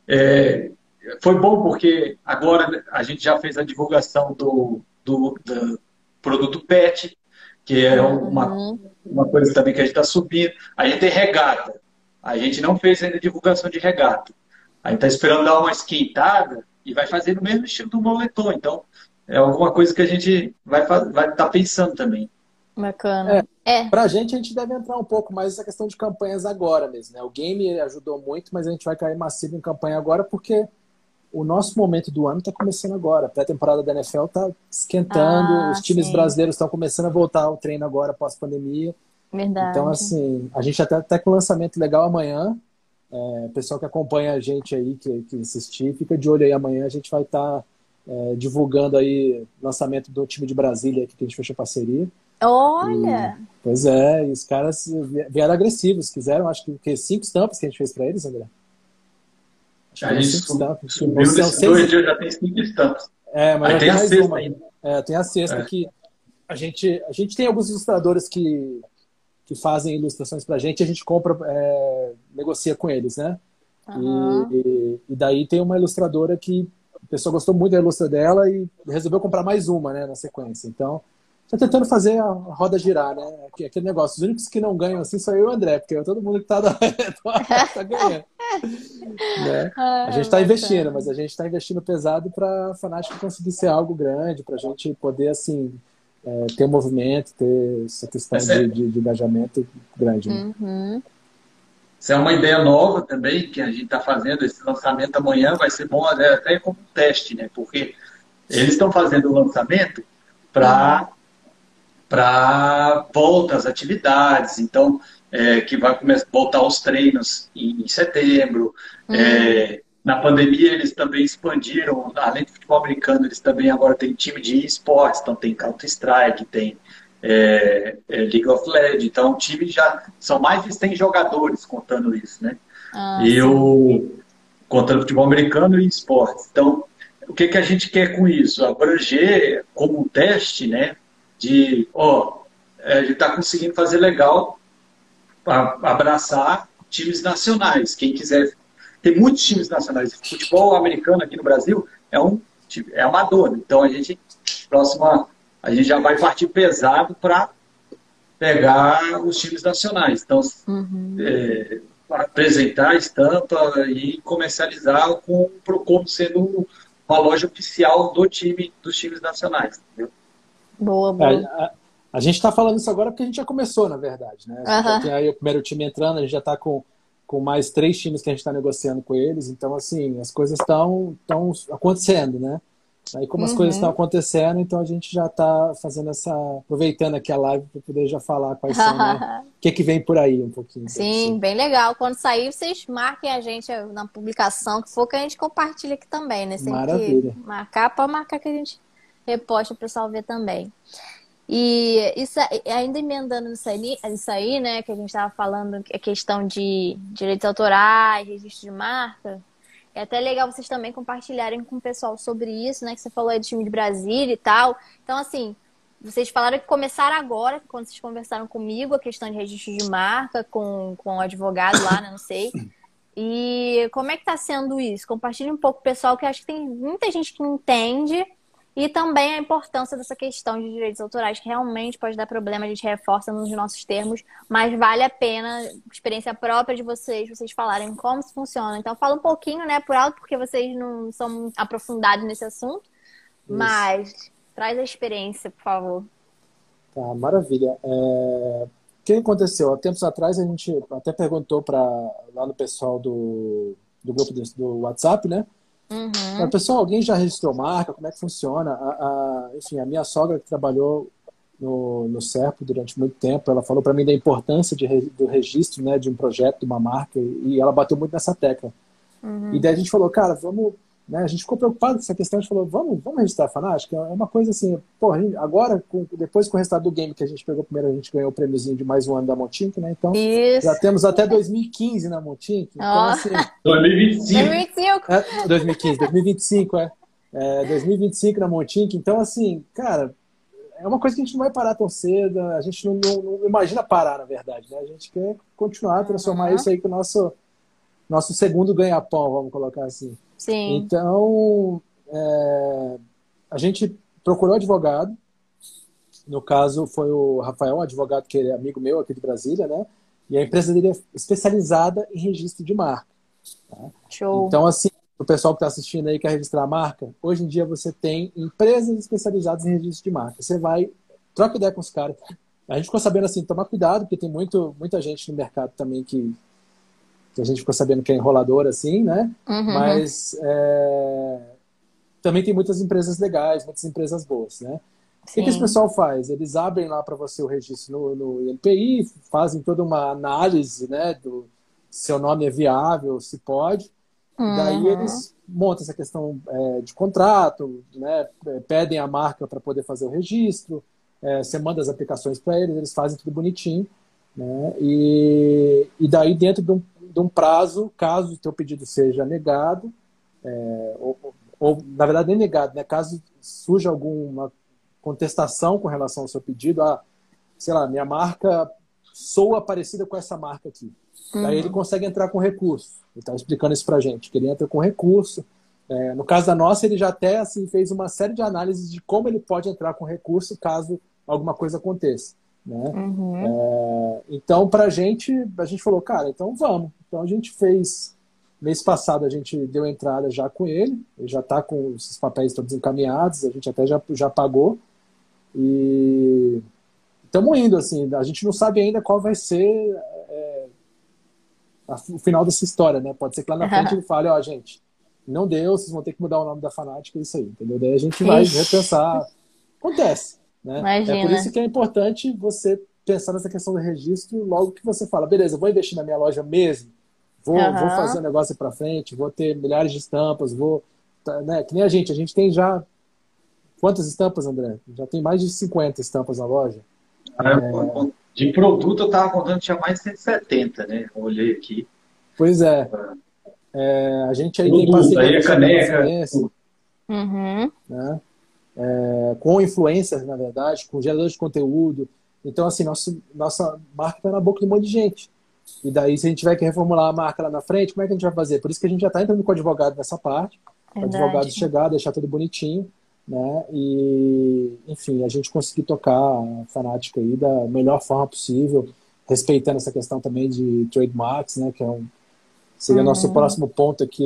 Foi bom porque agora a gente já fez a divulgação do produto PET, que é uma coisa também que a gente está subindo. A gente tem regata. A gente não fez ainda divulgação de regata. A gente está esperando dar uma esquentada e vai fazer no mesmo estilo do moletom. Então, é alguma coisa que a gente vai estar pensando também. Bacana. Pra gente deve entrar um pouco mais nessa questão de campanhas agora mesmo, né? O game ajudou muito, mas a gente vai cair massivo em campanha agora porque o nosso momento do ano está começando agora. A pré-temporada da NFL está esquentando, os times brasileiros estão começando a voltar ao treino agora, pós-pandemia. Verdade. Então, assim, a gente até com um lançamento legal amanhã. O pessoal que acompanha a gente aí, que assistir, fica de olho aí amanhã. A gente vai estar divulgando aí o lançamento do time de Brasília, que a gente fechou parceria. Olha! Pois é, e os caras vieram agressivos, quiseram, acho que 5 estampas que a gente fez para eles, André. A gente subiu nesses 2 dias, já tem 5 estampas. Mas tem a sexta ainda. Tem a sexta que a gente tem alguns ilustradores que fazem ilustrações pra gente, a gente compra, negocia com eles, né? E daí tem uma ilustradora que a pessoa gostou muito da ilustra dela e resolveu comprar mais uma, né, na sequência. Então, tá tentando fazer a roda girar, né? Aquele negócio. Os únicos que não ganham assim sou eu e o André, porque todo mundo que tá ganhando. Né? A gente tá investindo, mas a gente tá investindo pesado pra Fanático conseguir ser algo grande, pra gente poder, assim, ter movimento, ter essa questão de engajamento grande. Né? Isso é uma ideia nova também, que a gente está fazendo. Esse lançamento amanhã vai ser bom até como teste, né? Porque eles estão fazendo o lançamento para volta às atividades. Então, que vai começar a voltar aos treinos em setembro. Na pandemia, eles também expandiram, além do futebol americano, eles também agora têm time de esportes, então tem Counter-Strike, tem League of Legends, então o time já são mais de 100 jogadores contando isso, né? Contando futebol americano e esportes. Então, o que a gente quer com isso? Abranger como um teste, né? De, a gente está conseguindo fazer legal para abraçar times nacionais. Quem quiser, tem muitos times nacionais. Futebol americano aqui no Brasil é amador, então a gente já vai partir pesado para pegar os times nacionais. Então, apresentar a estampa e comercializar como sendo uma loja oficial dos times nacionais. Entendeu? Boa. A gente está falando isso agora porque a gente já começou, na verdade. Né? Já tem aí o primeiro time entrando, a gente já está com mais 3 times que a gente está negociando com eles. Então, assim, as coisas estão acontecendo, né? Aí, como as coisas estão acontecendo, então a gente já está fazendo aproveitando aqui a live para poder já falar quais são, né? O que vem por aí um pouquinho. Sim, bem legal. Quando sair, vocês marquem a gente na publicação, que for que a gente compartilha aqui também, né? Maravilha. Pode marcar que a gente reposta para o pessoal ver também. E isso, ainda emendando isso aí, né, que a gente estava falando, a questão de direitos autorais, registro de marca, é até legal vocês também compartilharem com o pessoal sobre isso, né, que você falou aí do time de Brasília e tal. Então, assim, vocês falaram que começaram agora, quando vocês conversaram comigo, a questão de registro de marca com o advogado lá, né, não sei. E como é que tá sendo isso? Compartilhe um pouco, pessoal, que acho que tem muita gente que entende. E também a importância dessa questão de direitos autorais, que realmente pode dar problema, a gente reforça nos nossos termos, mas vale a pena, experiência própria de vocês falarem como isso funciona. Então, fala um pouquinho, né, por alto, porque vocês não são aprofundados nesse assunto, mas traz a experiência, por favor. Tá, maravilha. O que aconteceu? Há tempos atrás, a gente até perguntou lá no pessoal do grupo do WhatsApp, né? Pessoal, alguém já registrou marca? Como é que funciona? Enfim, a minha sogra que trabalhou no Serpo durante muito tempo, ela falou para mim da importância do registro, né, de um projeto, de uma marca, e ela bateu muito nessa tecla. E daí a gente falou, cara, vamos né, a gente ficou preocupado com essa questão, a gente falou, vamos registrar a Fnatic? É uma coisa assim, pô, agora, depois com o resultado do game que a gente pegou primeiro, a gente ganhou o prêmiozinho de mais um ano da Montink, né? Então, já Isso. temos até 2015 na Montink. Então, Ó, assim, 2025. 2025. 2015, 2025, 2025 na Montink. Então, assim, cara, é uma coisa que a gente não vai parar tão cedo, a gente não imagina parar, na verdade, né? A gente quer continuar, transformar isso aí com o nosso segundo ganha-pão, vamos colocar assim. Sim. Então, a gente procurou advogado, no caso foi o Rafael, um advogado que é amigo meu aqui de Brasília, né? E a empresa dele é especializada em registro de marca. Tá? Show. Então, assim, o pessoal que está assistindo aí quer registrar a marca, hoje em dia você tem empresas especializadas em registro de marca. Você vai, troca ideia com os caras. A gente ficou sabendo assim, tomar cuidado, porque tem muita gente no mercado também que a gente ficou sabendo que é enrolador, assim, né? Uhum. Mas também tem muitas empresas legais, muitas empresas boas, né? O que esse pessoal faz? Eles abrem lá para você o registro no INPI, fazem toda uma análise, né, do se seu nome é viável, se pode. Uhum. Daí eles montam essa questão de contrato, né, pedem a marca para poder fazer o registro, você manda as aplicações para eles, eles fazem tudo bonitinho, né, e daí dentro de um prazo, caso o teu pedido seja negado, ou na verdade nem negado, né, caso surja alguma contestação com relação ao seu pedido, sei lá, minha marca soa parecida com essa marca aqui. Daí ele consegue entrar com recurso. Ele está explicando isso pra gente, que ele entra com recurso. No caso da nossa, ele já até assim, fez uma série de análises de como ele pode entrar com recurso caso alguma coisa aconteça. Né? Uhum. Então, a gente falou, cara, então vamos. Então a gente fez, mês passado a gente deu entrada já com ele já está com esses papéis todos encaminhados, a gente até já pagou. E estamos indo, assim, a gente não sabe ainda qual vai ser o final dessa história, né? Pode ser que lá na frente ele fale, gente, não deu, vocês vão ter que mudar o nome da Fnatic, é isso aí, entendeu? Daí a gente vai repensar. Acontece, né? Imagina. É por isso que é importante você pensar nessa questão do registro logo que você fala, beleza, vou investir na minha loja mesmo, vou fazer o negócio para frente, vou ter milhares de estampas, né? Que nem a gente tem já quantas estampas, André? Já tem mais de 50 estampas na loja. De produto eu estava contando que tinha mais de 170, né? Eu olhei aqui. Pois é. A gente aí produto, tem parceria aí com caneca. influencer, né? Com influencers, na verdade, com geradores de conteúdo. Então, assim, nossa marca está na boca de um monte de gente. E daí, se a gente tiver que reformular a marca lá na frente, como é que a gente vai fazer? Por isso que a gente já está entrando com o advogado nessa parte, para o advogado chegar, deixar tudo bonitinho, né? E, enfim, a gente conseguir tocar a Fnatic aí da melhor forma possível, respeitando essa questão também de trademarks, né? Que seria o nosso próximo ponto aqui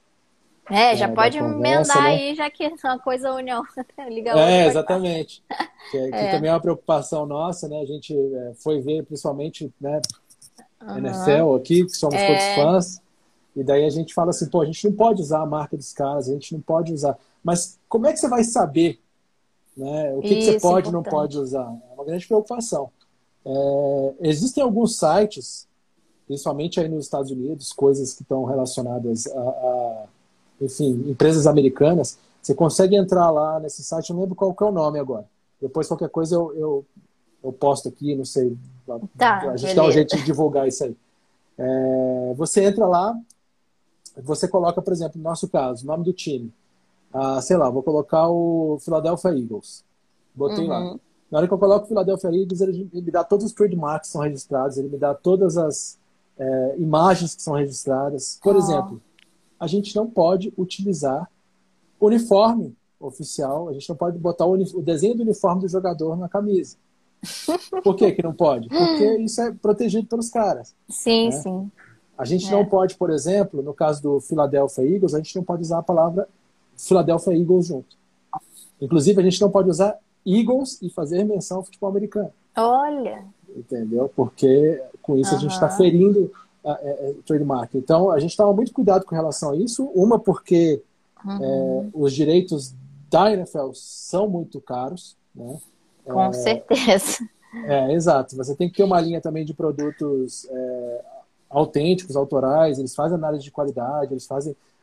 já pode emendar, né? Aí, já que é uma coisa união. Liga outra, exatamente. Que também é uma preocupação nossa, né? A gente foi ver, principalmente, né? NFL aqui, que somos todos fãs, e daí a gente fala assim, pô, a gente não pode usar a marca dos caras, a gente não pode usar. Mas como é que você vai saber, né, o que você pode e não pode usar? É uma grande preocupação. Existem alguns sites, principalmente aí nos Estados Unidos, coisas que estão relacionadas enfim, empresas americanas, você consegue entrar lá nesse site, eu não lembro qual que é o nome agora. Depois, qualquer coisa, eu posto aqui, não sei. A gente dá um jeito de divulgar isso aí. Você entra lá, você coloca, por exemplo, no nosso caso, o nome do time. Sei lá, vou colocar o Philadelphia Eagles. Botei lá. Na hora que eu coloco o Philadelphia Eagles, ele me dá todos os trademarks que são registrados, ele me dá todas as imagens que são registradas. Por exemplo, a gente não pode utilizar uniforme oficial, a gente não pode botar o desenho do uniforme do jogador na camisa. Por que não pode? Porque isso é protegido pelos caras. Sim, né? sim. A gente não pode, por exemplo, no caso do Philadelphia Eagles, a gente não pode usar a palavra Philadelphia Eagles junto. Inclusive, a gente não pode usar Eagles e fazer menção ao futebol americano. Olha! Entendeu? Porque com isso a gente está ferindo o trademark. Então, a gente toma muito cuidado com relação a isso. Uma, porque os direitos da NFL são muito caros, né? Com certeza. Exato. Você tem que ter uma linha também de produtos autênticos, autorais. Eles fazem análise de qualidade, eles fazem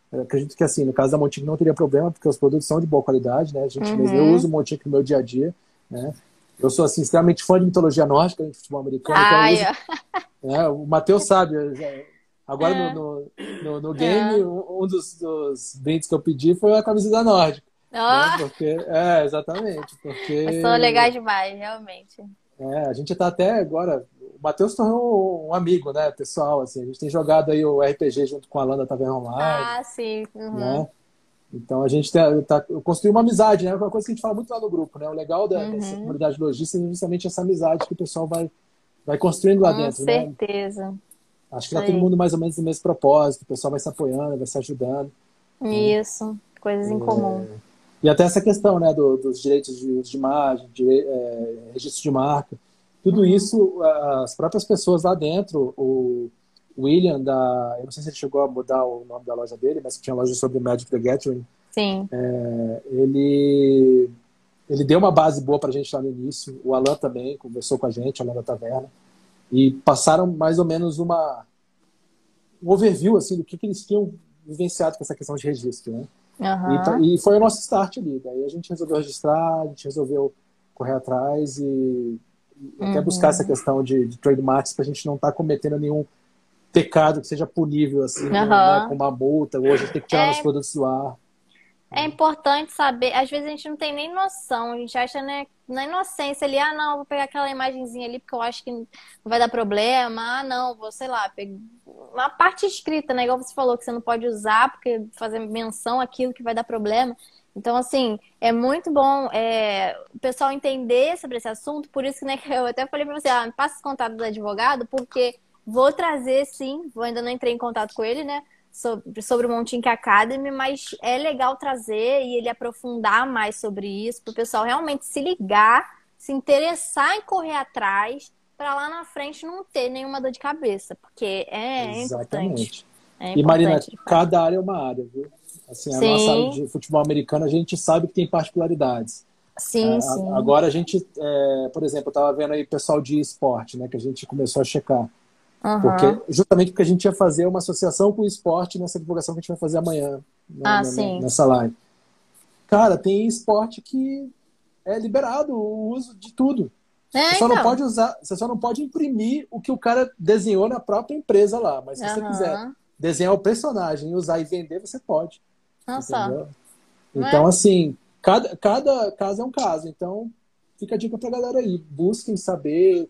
Eu acredito que, assim, no caso da Montic não teria problema, porque os produtos são de boa qualidade, né? A gente mesmo, eu uso o Montic no meu dia a dia, né? Eu sou, assim, extremamente fã de mitologia nórdica, de futebol americano, então eu uso... Né? O Matheus sabe, agora no game, um dos brindes que eu pedi foi a camisa da Nórdica. Né? Porque, exatamente. Porque... Eu sou legal demais, realmente. A gente tá até agora... O Matheus se tornou um amigo, né, pessoal? Assim, a gente tem jogado aí o RPG junto com a Landa Taverna Online. Sim. Né? Então a gente construiu uma amizade, né? Uma coisa que a gente fala muito lá no grupo, né? O legal dessa comunidade logística é justamente essa amizade que o pessoal vai construindo lá dentro. Com certeza. Né? Acho que tá todo mundo mais ou menos no mesmo propósito, o pessoal vai se apoiando, vai se ajudando. Isso, coisas em comum. E até essa questão, né, dos direitos de uso de imagem, registro de marca, tudo isso, as próprias pessoas lá dentro, o William, eu não sei se ele chegou a mudar o nome da loja dele, mas tinha loja sobre Magic the Gathering. Sim. Ele deu uma base boa pra gente lá no início, o Alan também conversou com a gente, o Alan da Taverna, e passaram mais ou menos um overview assim, do que eles tinham vivenciado com essa questão de registro, né? E foi o nosso start ali. Daí a gente resolveu registrar, a gente resolveu correr atrás e até buscar essa questão de trademarks para a gente não estar cometendo nenhum pecado que seja punível, assim, né, com uma multa, ou a gente tem que tirar os produtos do ar. É importante saber, às vezes a gente não tem nem noção, a gente acha, né, na inocência ali, não, vou pegar aquela imagenzinha ali porque eu acho que não vai dar problema, não, vou, sei lá, pegar uma parte escrita, né, igual você falou, que você não pode usar porque fazer menção àquilo que vai dar problema. Então, assim, é muito bom o pessoal entender sobre esse assunto, por isso que, né, eu até falei pra você, me passa esse contato do advogado, porque vou trazer, sim, ainda não entrei em contato com ele, né, sobre o Montic Academy, mas é legal trazer e ele aprofundar mais sobre isso, para o pessoal realmente se ligar, se interessar em correr atrás, para lá na frente não ter nenhuma dor de cabeça, porque é importante. E, Marina, cada área é uma área, viu? Assim, a nossa área de futebol americano, a gente sabe que tem particularidades. Sim. Agora a gente, por exemplo, eu estava vendo aí pessoal de esporte, né, que a gente começou a checar. Justamente porque a gente ia fazer uma associação com o esporte nessa divulgação que a gente vai fazer amanhã, nessa live. Cara, tem esporte que é liberado o uso de tudo. Você só não pode usar, você só não pode imprimir o que o cara desenhou na própria empresa lá. Mas se você quiser desenhar o personagem, usar e vender, você pode. Entendeu? Então, assim, cada caso é um caso. Então, fica a dica pra galera aí. Busquem saber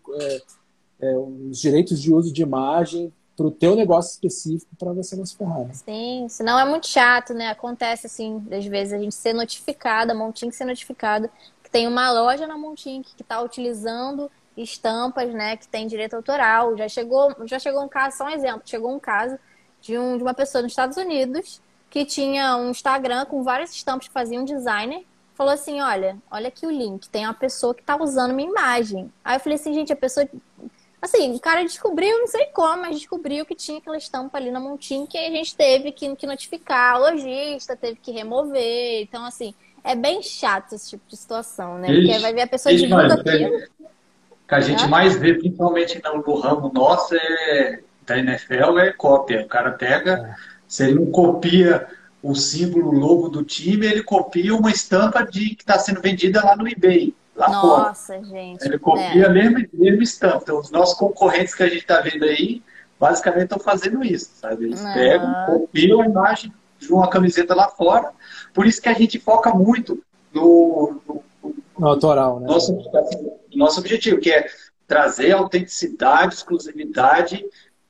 os direitos de uso de imagem pro teu negócio específico para você não se ferrar. Né? Sim, senão é muito chato, né? Acontece, assim, às vezes a gente ser notificada, a Montic ser notificada, que tem uma loja na Montic que está utilizando estampas, né, que tem direito autoral. Já chegou um caso, só um exemplo, chegou um caso de uma pessoa nos Estados Unidos que tinha um Instagram com várias estampas que fazia um designer, falou assim, olha aqui o link, tem uma pessoa que tá usando minha imagem. Aí eu falei assim, gente, a pessoa... Assim, o cara descobriu, não sei como, mas descobriu que tinha aquela estampa ali na Montic que a gente teve que notificar, a lojista teve que remover. Então, assim, é bem chato esse tipo de situação, né? Porque vai ver a pessoa divulga aquilo. O que a gente mais vê, principalmente no ramo nosso, da NFL, é cópia. O cara pega, se ele não copia o símbolo, o logo do time, ele copia uma estampa que está sendo vendida lá no eBay. Nossa, fora. Gente. Ele copia a mesma estampa. Então, os nossos concorrentes que a gente está vendo aí, basicamente estão fazendo isso, sabe? Eles pegam, copiam a imagem de uma camiseta lá fora. Por isso que a gente foca muito no autoral, né? Nosso objetivo, que é trazer autenticidade, exclusividade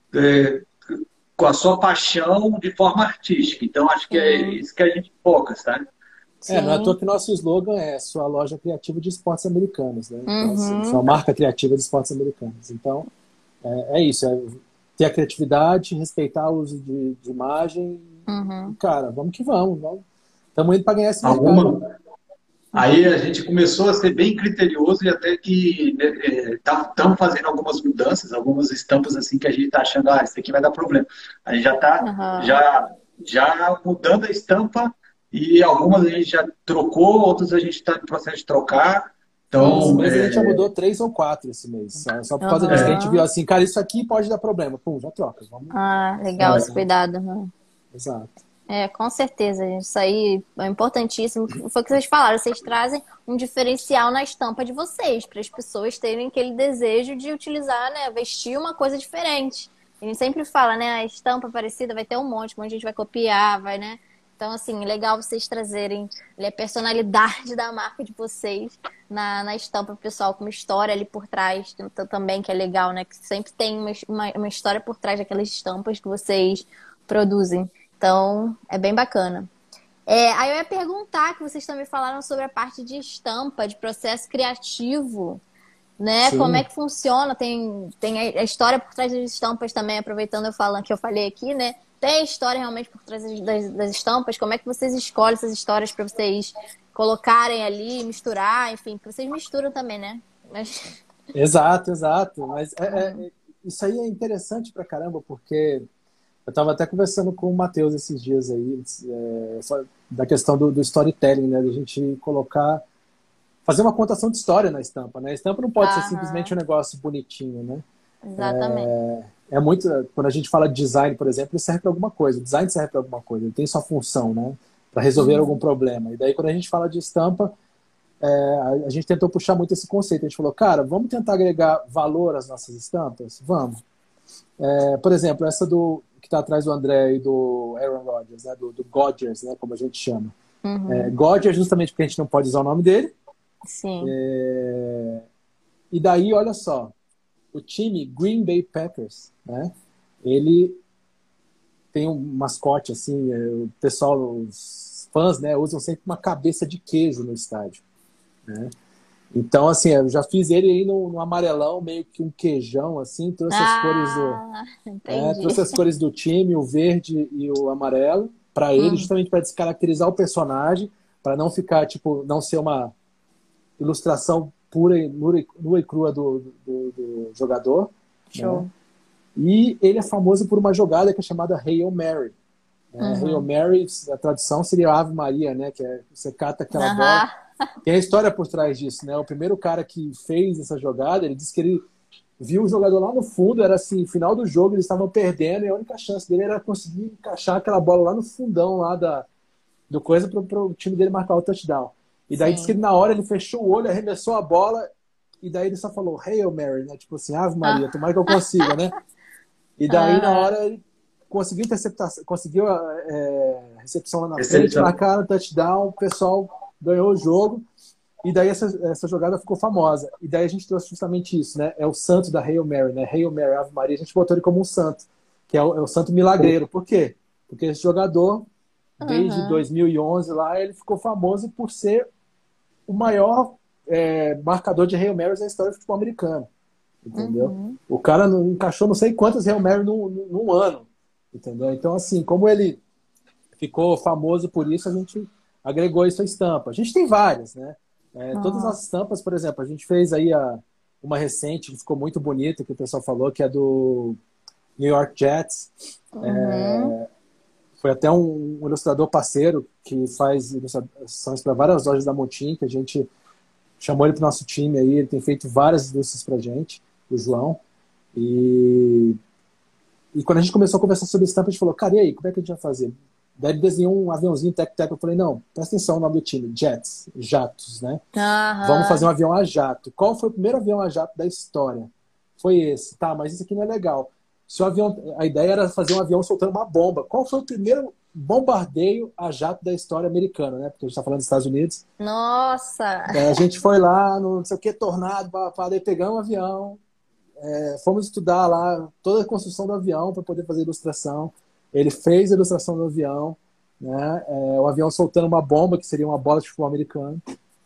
com a sua paixão de forma artística. Então, acho que é isso que a gente foca, sabe? Não é à toa que nosso slogan é sua loja criativa de esportes americanos, né? Então, assim, sua marca criativa de esportes americanos. Então, é isso, ter a criatividade, respeitar o uso de imagem. Cara, vamos que vamos. Estamos indo para ganhar esse mercado. Aí a gente começou a ser bem criterioso e até que estamos fazendo algumas mudanças, algumas estampas assim que a gente está achando, isso aqui vai dar problema. A gente já está já mudando a estampa e algumas a gente já trocou, outras a gente está no processo de trocar. Então, esse mês a gente já mudou 3 ou 4 esse mês. Só por causa disso que a gente viu assim, cara, isso aqui pode dar problema. Pum, já troca. Vamos... legal esse cuidado. Exato. Com certeza, gente. Isso aí é importantíssimo. Foi o que vocês falaram, vocês trazem um diferencial na estampa de vocês, para as pessoas terem aquele desejo de utilizar, né, vestir uma coisa diferente. A gente sempre fala, né, a estampa parecida vai ter um monte de gente vai copiar, vai, né? Então, assim, legal vocês trazerem a personalidade da marca de vocês na estampa pessoal, com uma história ali por trás também, que é legal, né? Que sempre tem uma história por trás daquelas estampas que vocês produzem. Então, é bem bacana. Aí eu ia perguntar, que vocês também falaram sobre a parte de estampa, de processo criativo, né? Sim. Como é que funciona? Tem a história por trás das estampas também, aproveitando que eu falei aqui, né? Tem a história realmente por trás das estampas? Como é que vocês escolhem essas histórias para vocês colocarem ali, misturar, enfim, que vocês misturam também, né? Mas... Exato, exato. Mas isso aí é interessante pra caramba, porque eu estava até conversando com o Matheus esses dias aí, da questão do storytelling, né? De a gente fazer uma contação de história na estampa, né? A estampa não pode ser simplesmente um negócio bonitinho, né? Exatamente. Muito, quando a gente fala de design, por exemplo, ele serve para alguma coisa. O design serve para alguma coisa, ele tem sua função, né? Para resolver algum problema. E daí, quando a gente fala de estampa, a gente tentou puxar muito esse conceito. A gente falou, cara, vamos tentar agregar valor às nossas estampas? Vamos. Por exemplo, essa que está atrás do André e do Aaron Rodgers, né? do Godgers, né? Como a gente chama. Godgers, justamente porque a gente não pode usar o nome dele. Sim. E daí, olha só, o time Green Bay Packers, né? Ele tem um mascote, assim, o pessoal, os fãs, né, usam sempre uma cabeça de queijo no estádio, né? Então, assim, eu já fiz ele aí no amarelão, meio que um queijão, assim, trouxe as cores do time, o verde e o amarelo, para ele, justamente para descaracterizar o personagem, para não ficar, tipo, não ser uma ilustração nua e crua do jogador. Show. Né? E ele é famoso por uma jogada que é chamada Hail Mary. Hail Mary, a tradução seria Ave Maria, né? Que você cata aquela bola. Tem a história por trás disso, né? O primeiro cara que fez essa jogada, ele disse que ele viu o jogador lá no fundo, era assim, final do jogo, eles estavam perdendo e a única chance dele era conseguir encaixar aquela bola lá no fundão lá do coisa para o time dele marcar o touchdown. E daí disse que ele, na hora, ele fechou o olho, arremessou a bola, e daí ele só falou Hail Mary, né? Tipo assim, Ave Maria, tomara que eu consiga, né? E daí, na hora, ele conseguiu interceptação, conseguiu a recepção lá na frente, marcaram o touchdown, o pessoal ganhou o jogo, e daí essa jogada ficou famosa. E daí a gente trouxe justamente isso, né? É o santo da Hail Mary, né? Hail Mary, Ave Maria, a gente botou ele como um santo, que é o santo milagreiro. Por quê? Porque esse jogador, desde 2011 lá, ele ficou famoso por ser o maior marcador de Hail Marys na história do futebol americano. Entendeu? O cara encaixou não sei quantas Hail Mary num ano. Entendeu? Então, assim, como ele ficou famoso por isso, a gente agregou isso à estampa. A gente tem várias, né? Todas as estampas, por exemplo, a gente fez aí uma recente que ficou muito bonita, que o pessoal falou, que é do New York Jets. Foi até um ilustrador parceiro que faz ilustrações para várias lojas da Montim, que a gente chamou ele para o nosso time aí. Ele tem feito várias ilustrações para a gente, o João. E quando a gente começou a conversar sobre estampa, a gente falou, cara, e aí, como é que a gente vai fazer? Daí ele desenhou um aviãozinho tec-tec. Eu falei, não, presta atenção no nome do time, Jets, jatos, né? Vamos fazer um avião a jato. Qual foi o primeiro avião a jato da história? Foi esse. Tá, mas isso aqui não é legal. Se o avião, a ideia era fazer um avião soltando uma bomba. Qual foi o primeiro bombardeio a jato da história americana, né? Porque a gente está falando dos Estados Unidos. Nossa! A gente foi lá no não sei o que, tornado, para pegar um avião. Fomos estudar lá toda a construção do avião para poder fazer ilustração. Ele fez a ilustração do avião, né? O avião soltando uma bomba, que seria uma bola de futebol americano.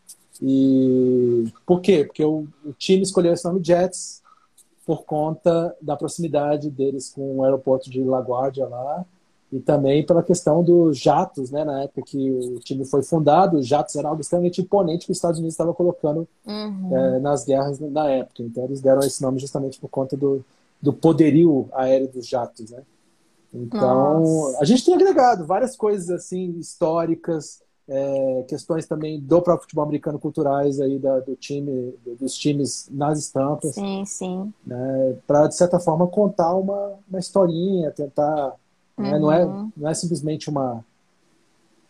E por quê? Porque o time escolheu esse nome Jets por conta da proximidade deles com o aeroporto de LaGuardia lá, e também pela questão dos jatos, né? Na época que o time foi fundado, os jatos eram algo extremamente imponente que os Estados Unidos estavam colocando nas guerras na época. Então eles deram esse nome justamente por conta do poderio aéreo dos jatos, né? Então, a gente tem agregado várias coisas assim históricas, questões também do próprio futebol americano, culturais aí dos times nas estampas. Sim, sim. Né, para, de certa forma, contar uma historinha, tentar... Né, não é simplesmente uma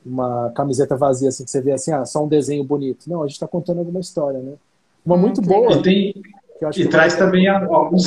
uma camiseta vazia, assim, que você vê assim, só um desenho bonito. Não, a gente está contando alguma história, né? Uma muito boa, E, tem, que eu acho e que eu traz vou... também alguns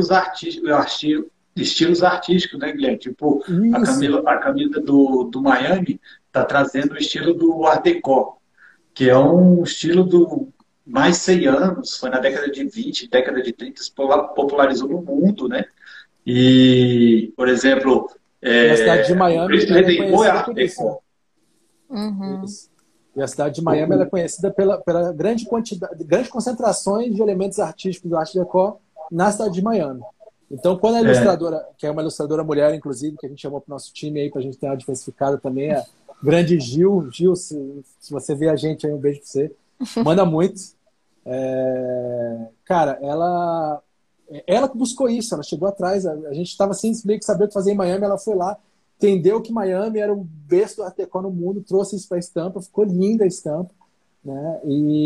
estilos artísticos, né, Guilherme? Tipo, Isso, A camisa do Miami está trazendo o estilo do Art Deco, que é um estilo do mais 100 anos, foi na década de 20, década de 30, se popularizou no mundo, né? E, por exemplo, e a cidade de o Miami, Cristo ela é Redentor é conhecida Art por isso, né? Deco. Uhum. Isso. E a cidade de Miami, ela é conhecida pela grande quantidade, grandes concentrações de elementos artísticos do Art Deco na cidade de Miami. Então, quando a É, ilustradora, que é uma ilustradora mulher, inclusive, que a gente chamou para o nosso time aí, para a gente ter uma diversificada também, a grande Gil. Gil, se você vê a gente aí, um beijo para você. Manda muito. Cara, ela que buscou isso, ela chegou atrás, a gente estava sem meio que saber o que fazer em Miami, ela foi lá, entendeu que Miami era um berço do Art Deco no mundo, trouxe isso para a estampa, ficou linda a estampa, né?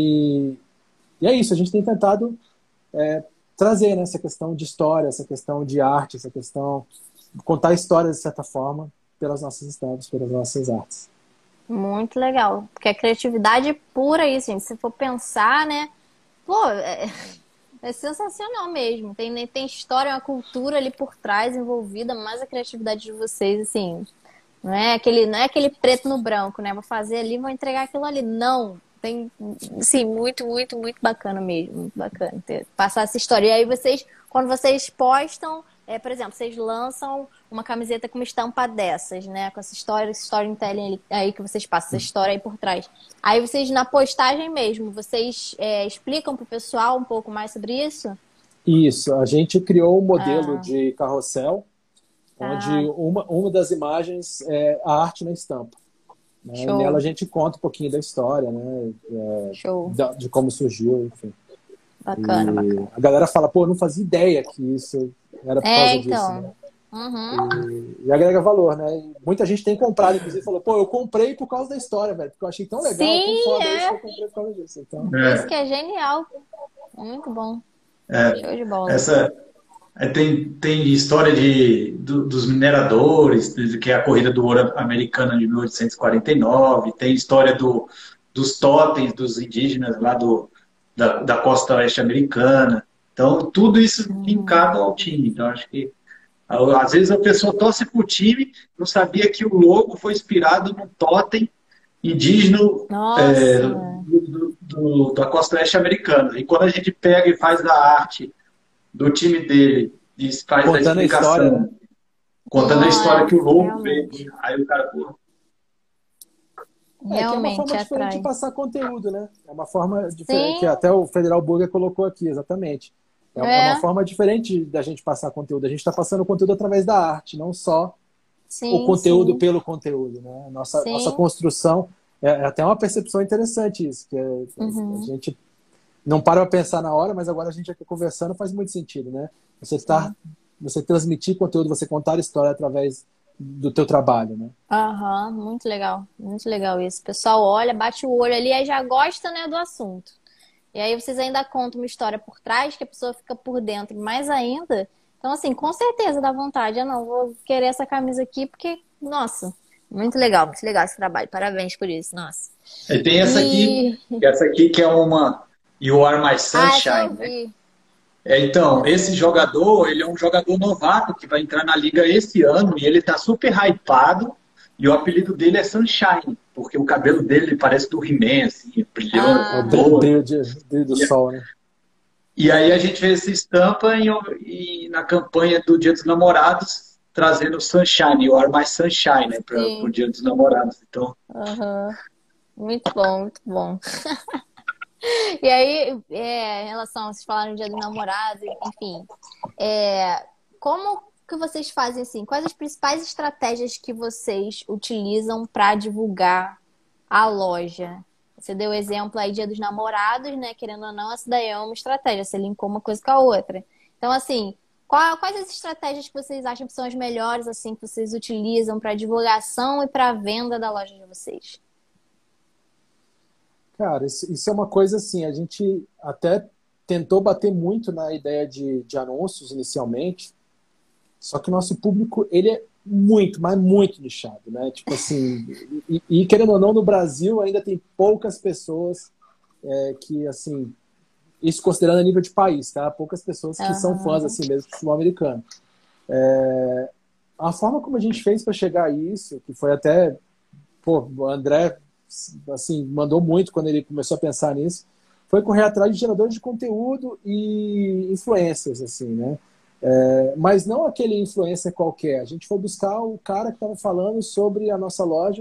E é isso, a gente tem tentado trazer, né, essa questão de história, essa questão de arte, essa questão de contar histórias de certa forma pelas nossas estampas, pelas nossas artes. Muito legal. Porque a criatividade pura isso, gente. Se for pensar, né? Pô, é sensacional mesmo. Tem história, uma cultura ali por trás envolvida, mais a criatividade de vocês, assim. Não é aquele preto no branco, né? Vou fazer ali, vou entregar aquilo ali. Não. Tem, sim, muito, muito, muito bacana mesmo. Muito bacana passar essa história. E aí quando vocês postam, por exemplo, vocês lançam uma camiseta com uma estampa dessas, né? Com essa história, esse storytelling aí que vocês passam, essa história aí por trás. Aí vocês, na postagem mesmo, vocês explicam pro pessoal um pouco mais sobre isso? Isso, a gente criou um modelo Ah, de carrossel, onde ah, uma das imagens é a arte na estampa, né? E nela a show, gente conta um pouquinho da história, né? show. De como surgiu, enfim. Bacana, E bacana. a galera fala, pô, eu não fazia ideia que isso era por causa disso, né? Então. Uhum. E agrega valor, né? E muita gente tem comprado, inclusive falou, pô, eu comprei por causa da história, velho, porque eu achei tão legal, tão Sim, foda isso que eu é. comprei por causa disso. Então, Isso é, que é genial. Muito bom. Show de bola. essa, tem história dos mineradores, que é a corrida do ouro americana de 1849, tem história dos totens dos indígenas lá da costa oeste americana. Então, tudo isso Uhum. linkado ao time. Então, acho que às vezes a pessoa torce para o time, não sabia que o logo foi inspirado num totem indígena Nossa, da costa oeste americana. E quando a gente pega e faz a arte do time dele e faz a contando a história, né? explicação, contando a não história é, que o logo veio, realmente. aí o cara, pô, Que é uma Realmente forma diferente de atrai. passar conteúdo, né? É uma forma diferente, que Sim, até o Federal Burger colocou aqui, exatamente. É uma é, forma diferente da gente passar conteúdo. A gente está passando conteúdo através da arte, não só o sim, conteúdo sim, pelo conteúdo, né? Nossa sim. construção é até uma percepção interessante isso, que a Uhum, gente não para pensar na hora, mas agora a gente aqui conversando faz muito sentido, né? sim. Você transmitir conteúdo, você contar história através do teu trabalho, né? Aham, muito legal isso. O pessoal olha, bate o olho ali e já gosta, né, do assunto. E aí vocês ainda contam uma história por trás que a pessoa fica por dentro mais ainda. Então, assim, com certeza dá vontade. Eu não vou querer essa camisa aqui porque, nossa, muito legal esse trabalho. Parabéns por isso, nossa. aí tem E. essa aqui que é uma You Are My Ah, essa Sunshine, eu né? vi. Então, Essa esse eu vi. jogador, ele é um jogador novato que vai entrar na liga esse ano e ele tá super hypado e o apelido dele é Sunshine, porque o cabelo dele parece do He-Man, assim, É o brilhando, Ah, louro. brilho do sol, né? E aí a gente fez essa estampa na campanha do Dia dos Namorados, trazendo o Sunshine, You Are My Sunshine, né, para o sim. Dia dos Namorados. Então, Aham. Muito bom, muito bom. E aí, em relação, vocês falaram do Dia do Namorado, enfim, como que vocês fazem assim? Quais as principais estratégias que vocês utilizam para divulgar a loja? Você deu o exemplo aí Dia dos Namorados, né? Querendo ou não, essa daí é uma estratégia, você linkou uma coisa com a outra. Então, assim, quais as estratégias que vocês acham que são as melhores, assim, que vocês utilizam para divulgação e para venda da loja de vocês? Cara, isso é uma coisa assim, a gente até tentou bater muito na ideia de anúncios inicialmente, só que o nosso público, ele é muito, mas muito nichado, né? Tipo assim, querendo ou não, no Brasil ainda tem poucas pessoas que, assim, isso considerando a nível de país, tá? Poucas pessoas que são fãs, assim mesmo, de futebol americano. A forma como a gente fez para chegar a isso, que foi até, pô, o André, assim, mandou muito quando ele começou a pensar nisso, foi correr atrás de geradores de conteúdo e influencers, assim, né? Mas não aquele influencer qualquer. A gente foi buscar o cara que estava falando sobre a nossa loja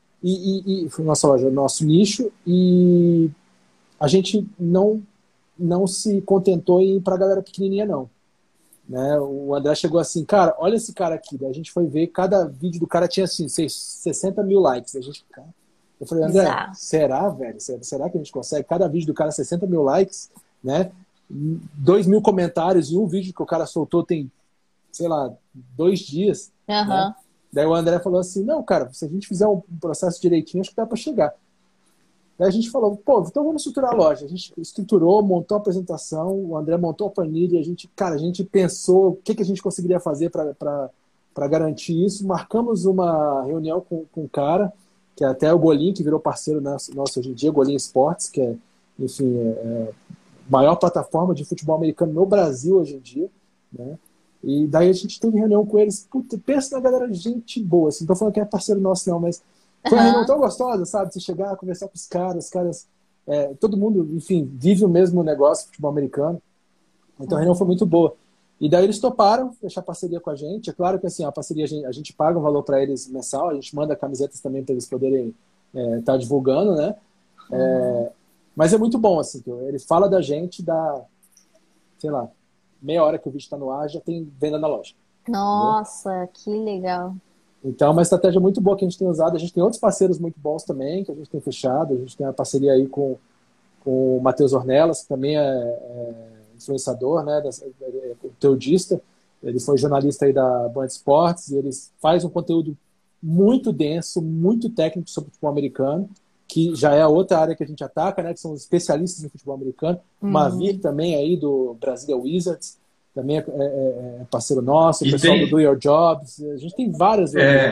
nossa loja, nosso nicho, e a gente não se contentou em ir para a galera pequenininha, não. Né? O André chegou assim, cara, olha esse cara aqui. Daí a gente foi ver, cada vídeo do cara tinha assim, 60 mil likes. Eu falei, André, será, velho? Será que a gente consegue? Cada vídeo do cara 60 mil likes, né? 2 mil comentários e um vídeo que o cara soltou tem, sei lá, 2 dias. Né? Daí o André falou assim, não, cara, se a gente fizer um processo direitinho, acho que dá para chegar. Daí a gente falou, pô, então vamos estruturar a loja. A gente estruturou, montou a apresentação, o André montou a planilha, a gente pensou o que a gente conseguiria fazer para garantir isso. Marcamos uma reunião com o cara, que é até o Golim, que virou parceiro nosso hoje em dia, Golim Esportes, que é, enfim, a maior plataforma de futebol americano no Brasil hoje em dia, né? E daí a gente teve reunião com eles. Puta, pensa na galera, gente boa. Assim, não tô falando que é parceiro nosso, não, mas foi uma reunião tão gostosa, sabe? Você chegar, conversar com os caras, todo mundo, enfim, vive o mesmo negócio, futebol americano. Então a reunião foi muito boa. E daí eles toparam fechar parceria com a gente. É claro que assim, a parceria a gente paga um valor para eles mensal, a gente manda camisetas também para eles poderem estar divulgando, né? Mas é muito bom, assim, que ele fala da gente, sei lá, meia hora que o vídeo está no ar, já tem venda na loja. Nossa, entendeu? Que legal. Então, é uma estratégia muito boa que a gente tem usado. A gente tem outros parceiros muito bons também, que a gente tem fechado. A gente tem uma parceria aí com o Matheus Ornelas, que também é influenciador, né, conteudista. Ele foi jornalista aí da Band Esportes e ele faz um conteúdo muito denso, muito técnico sobre futebol americano, que já é a outra área que a gente ataca, né, que são os especialistas em futebol americano. Mavir também aí do Brasília Wizards, também é parceiro nosso, o pessoal do Do Your Jobs, a gente tem várias.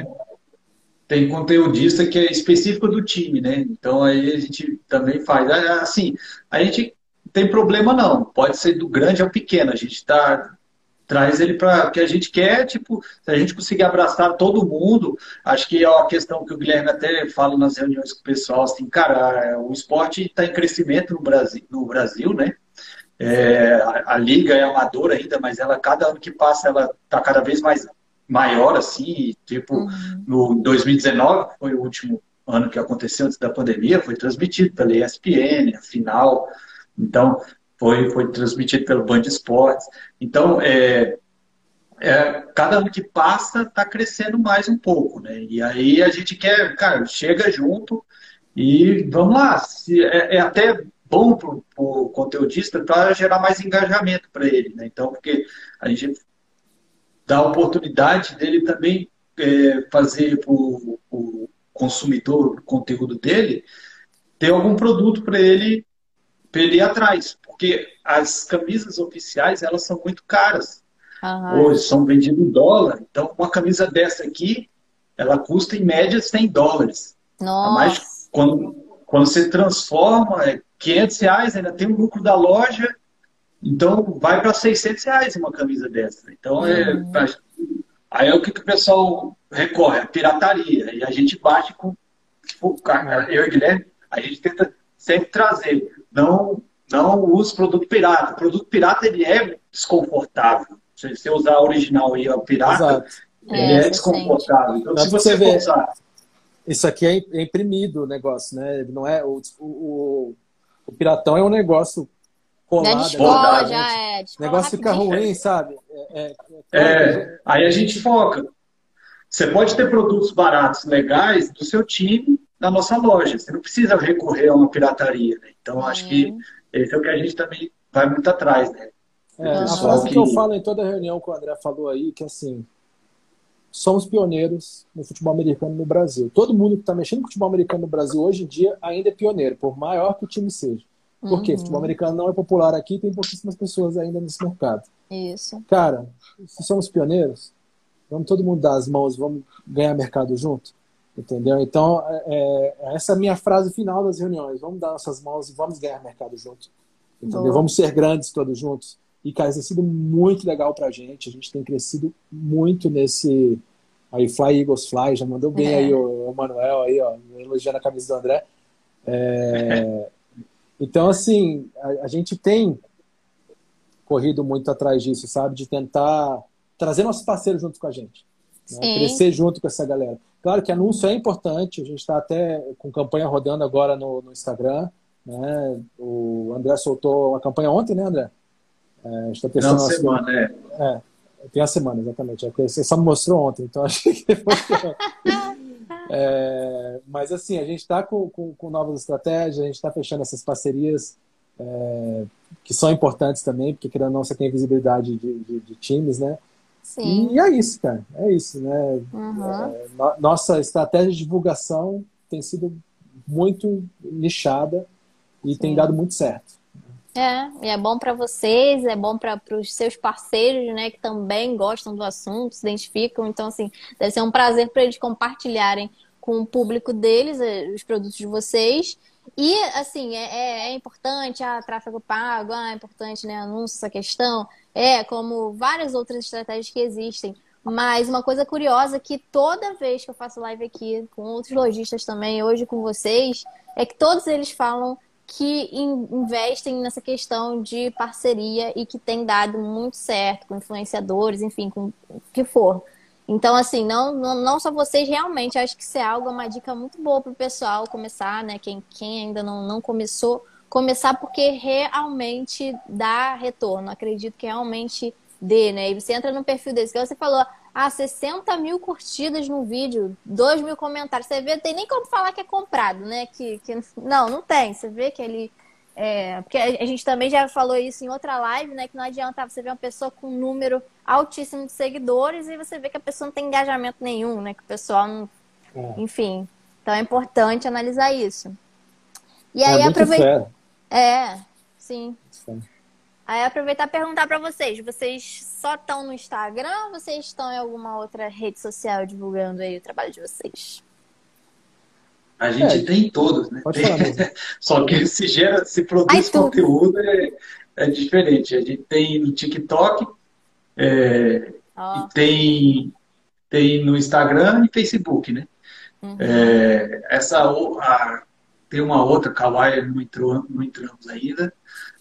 Tem conteudista que é específico do time, né? Então aí a gente também faz. Assim, a gente não tem problema não, pode ser do grande ao pequeno, a gente traz ele para o que a gente quer, tipo, se a gente conseguir abraçar todo mundo, acho que é uma questão que o Guilherme até fala nas reuniões com o pessoal, assim, cara, o esporte está em crescimento no Brasil, né? A liga é amadora ainda, mas ela, cada ano que passa, ela está cada vez mais maior, assim, tipo, no 2019, que foi o último ano que aconteceu antes da pandemia, foi transmitido pela ESPN, a final, então, foi transmitido pelo Band Esportes. Então, cada ano que passa, está crescendo mais um pouco, né? E aí a gente quer, cara, chega junto e vamos lá. É até bom para o conteudista para gerar mais engajamento para ele, né? Então, porque a gente dá a oportunidade dele também fazer para o consumidor do conteúdo dele ter algum produto para ele ir atrás, porque as camisas oficiais elas são muito caras. Hoje são vendidas em dólar, então uma camisa dessa aqui ela custa em média $100. Nossa. Mas quando você transforma, R$ 500, ainda tem o lucro da loja, então vai para R$ 600 uma camisa dessa. Então, aí é o que o pessoal recorre, a pirataria. E a gente bate com, tipo, eu e o Guilherme, a gente tenta sempre trazer. Não use produto pirata. O produto pirata, ele é desconfortável. Se você usar a original e o pirata, ele é desconfortável. Então, se você for usar... Isso aqui é imprimido o negócio, né? Não é o piratão é um negócio colado. O negócio fica ruim, sabe? Aí a gente foca. Você pode ter produtos baratos, legais, do seu time na nossa loja. Você não precisa recorrer a uma pirataria, né? Então, acho que esse é o que a gente também vai muito atrás, né? A frase que eu falo em toda reunião que o André falou aí, que assim... Somos pioneiros no futebol americano no Brasil. Todo mundo que está mexendo no futebol americano no Brasil hoje em dia ainda é pioneiro, por maior que o time seja. Por quê? Futebol americano não é popular aqui, tem pouquíssimas pessoas ainda nesse mercado. Isso. Cara, se somos pioneiros, Vamos todo mundo dar as mãos, vamos ganhar mercado junto, entendeu? Então, essa é a minha frase final das reuniões. Vamos dar nossas mãos e vamos ganhar mercado junto, entendeu? Boa. Vamos ser grandes todos juntos. E, cara, isso tem sido muito legal pra gente. A gente tem crescido muito nesse... Aí, Fly Eagles Fly, já mandou bem aí o Manuel, aí, ó, elogiando a camisa do André. Então, assim, a gente tem corrido muito atrás disso, sabe? De tentar trazer nossos parceiros junto com a gente. Né? Crescer junto com essa galera. Claro que anúncio é importante, a gente está até com campanha rodando agora no Instagram. Né? O André soltou uma campanha ontem, né, André? A gente tá Final de semana, tem uma semana, exatamente. Você só me mostrou ontem, então achei que depois... mas assim, a gente está com novas estratégias, a gente está fechando essas parcerias que são importantes também, porque querendo ou não, você tem visibilidade de times, né? Sim. E é isso, cara. É isso, né? Uhum. Nossa estratégia de divulgação tem sido muito nichada e tem dado muito certo. E é bom para vocês, é bom para os seus parceiros, né, que também gostam do assunto, se identificam. Então, assim, deve ser um prazer para eles compartilharem com o público deles os produtos de vocês. E, assim, é importante, tráfego pago, é importante, né, anúncio, essa questão. Como várias outras estratégias que existem. Mas uma coisa curiosa que toda vez que eu faço live aqui com outros lojistas também, hoje com vocês, é que todos eles falam que investem nessa questão de parceria e que tem dado muito certo com influenciadores, enfim, com o que for. Então, assim, não só vocês, realmente, acho que isso é uma dica muito boa para o pessoal começar, né? Quem ainda não começar porque realmente dá retorno. Acredito que realmente dê, né? E você entra no perfil desse, que você falou, 60 mil curtidas no vídeo, 2 mil comentários. Você vê, não tem nem como falar que é comprado, né? Não tem. Você vê que ele... porque a gente também já falou isso em outra live, né? Que não adianta você ver uma pessoa com um número altíssimo de seguidores e você vê que a pessoa não tem engajamento nenhum, né? Que o pessoal não... Enfim. Então é importante analisar isso. E aí aproveitar... sim. Aí aproveitar e perguntar para vocês só estão no Instagram ou vocês estão em alguma outra rede social divulgando aí o trabalho de vocês? A gente tem todos, né? Pode falar mesmo. Só que se produz conteúdo é diferente. A gente tem no TikTok, e tem no Instagram e Facebook, né? Uhum. Tem uma outra, Kawaii, não entramos ainda.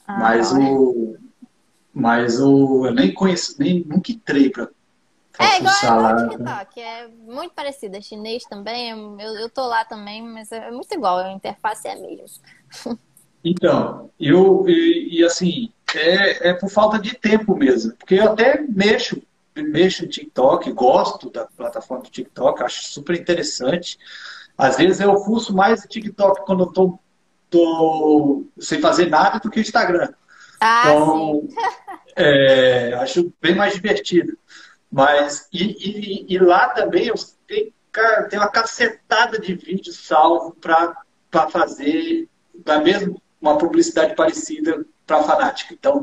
Eu nem conheço, nunca entrei para igual o TikTok, é muito parecido, é chinês também, eu tô lá também, mas é muito igual, a interface é a mesma. Então, assim, é por falta de tempo mesmo, porque eu até mexo no TikTok, gosto da plataforma do TikTok, acho super interessante. Às vezes eu fuço mais o TikTok quando eu tô sem fazer nada do que o Instagram. Então, acho bem mais divertido. Mas, e lá também tem uma cacetada de vídeos salvo para fazer mesmo uma publicidade parecida para a Fanática. Então,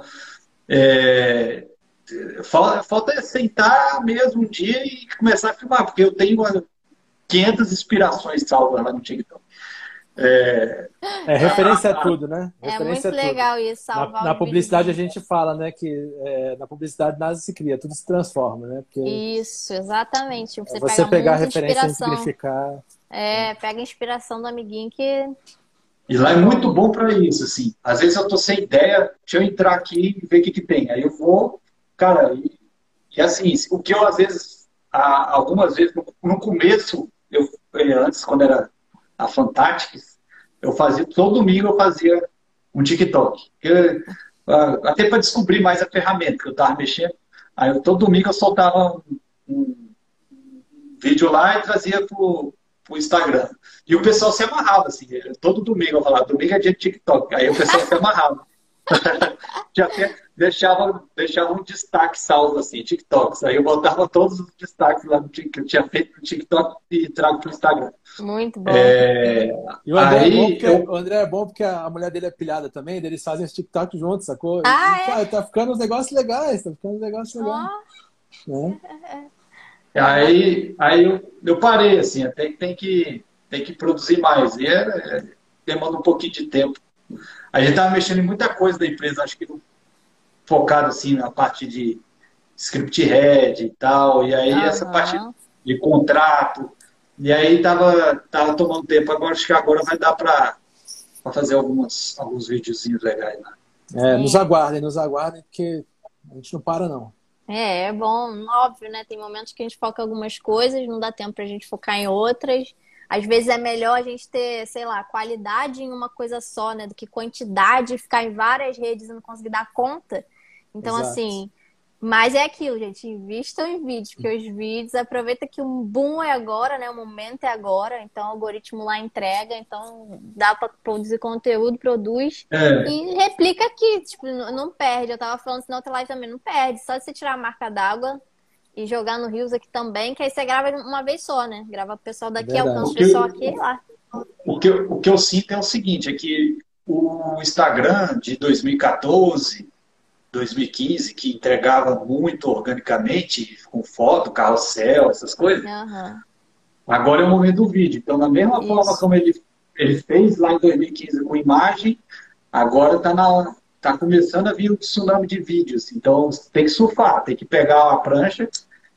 falta sentar mesmo um dia e começar a filmar, porque eu tenho 500 inspirações salvas lá no TikTok. Referência é tudo, né? Referência muito legal isso, salvar na publicidade a gente fala, né, que na publicidade nada se cria, tudo se transforma, né? Porque isso, exatamente. Você pegar a referência e simplificar. Pega a inspiração do amiguinho que... E lá é muito bom para isso, assim. Às vezes eu tô sem ideia, deixa eu entrar aqui e ver o que tem. Aí eu vou, cara, e assim, o que eu às vezes, algumas vezes no começo, antes quando era a Fantástics, todo domingo eu fazia um TikTok. Até para descobrir mais a ferramenta que eu estava mexendo. Aí todo domingo eu soltava um vídeo lá e trazia pro Instagram. E o pessoal se amarrava, assim. Todo domingo eu falava, domingo é dia de TikTok. Aí o pessoal se amarrava. Já até deixava um destaque salvo, assim, TikToks. Aí eu botava todos os destaques lá que eu tinha feito no TikTok e trago pro Instagram. Muito bom. E o André é bom porque a mulher dele é pilhada também, eles fazem os TikTok juntos, sacou? Tá ficando uns negócios legais, Né? Aí eu parei, assim, até que tem que produzir mais. E demanda um pouquinho de tempo. A gente estava mexendo em muita coisa da empresa, acho que focado assim na parte de script head e tal, e aí essa parte Aham. de contrato, e aí tava tomando tempo. Agora acho que agora vai dar para fazer alguns videozinhos legais, né? É. Nos aguardem, porque a gente não para, não. É bom, óbvio, né? Tem momentos que a gente foca em algumas coisas, não dá tempo pra gente focar em outras. Às vezes é melhor a gente ter, sei lá, qualidade em uma coisa só, né? Do que quantidade, e ficar em várias redes e não conseguir dar conta. Então, Exato. assim, mas é aquilo, gente, invistam em vídeos, porque os vídeos, aproveita que o boom é agora, né? O momento é agora, então o algoritmo lá entrega, então dá pra produzir conteúdo, produz. É, E replica aqui, tipo, não perde. Eu tava falando, senão outra live também não perde. Só de você tirar a marca d'água e jogar no Rios aqui também, que aí você grava uma vez só, né? Grava o pessoal É daqui, alcança o o verdade. que, pessoal aqui e lá. o que eu sinto é o seguinte, é que o Instagram de 2014, 2015, que entregava muito organicamente, com foto, carrossel, essas coisas. Aham. Agora é o momento do vídeo. Então, da mesma forma Isso. como ele fez lá em 2015 com imagem, agora tá começando a vir o tsunami de vídeos. Então, tem que surfar, tem que pegar a prancha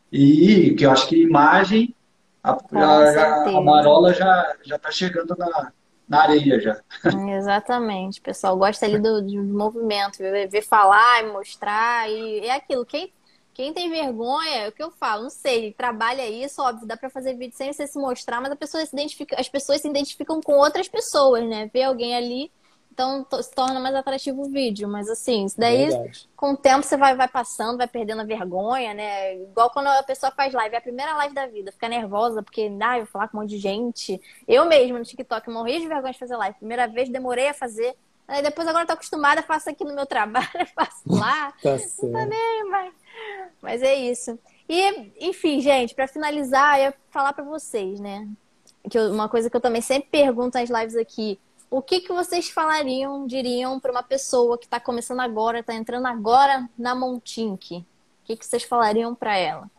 e que eu acho que imagem, Com a certeza. marola já está chegando na areia já. Exatamente. O pessoal gosta ali do movimento, ver falar e mostrar. E é aquilo. Quem tem vergonha, é o que eu falo, não sei, trabalha isso, óbvio, dá pra fazer vídeo sem você se mostrar, mas a pessoa se identifica, as pessoas se identificam com outras pessoas, né? Vê alguém ali, então se torna mais atrativo o vídeo. Mas assim, isso É daí, verdade. com o tempo, você vai passando, vai perdendo a vergonha, né? Igual quando a pessoa faz live, é a primeira live da vida, fica nervosa, porque, eu vou falar com um monte de gente. Eu mesma no TikTok morri de vergonha de fazer live. Primeira vez, demorei a fazer. Aí depois agora eu tô acostumada, faço aqui no meu trabalho, faço lá. Tá Não tá certo. nem, mas é isso. E, enfim, gente, pra finalizar, eu ia falar pra vocês, né? Uma coisa que eu também sempre pergunto nas lives aqui. O que que vocês falariam, diriam pra uma pessoa que tá começando agora, tá entrando agora na Montink? O que que vocês falariam pra ela?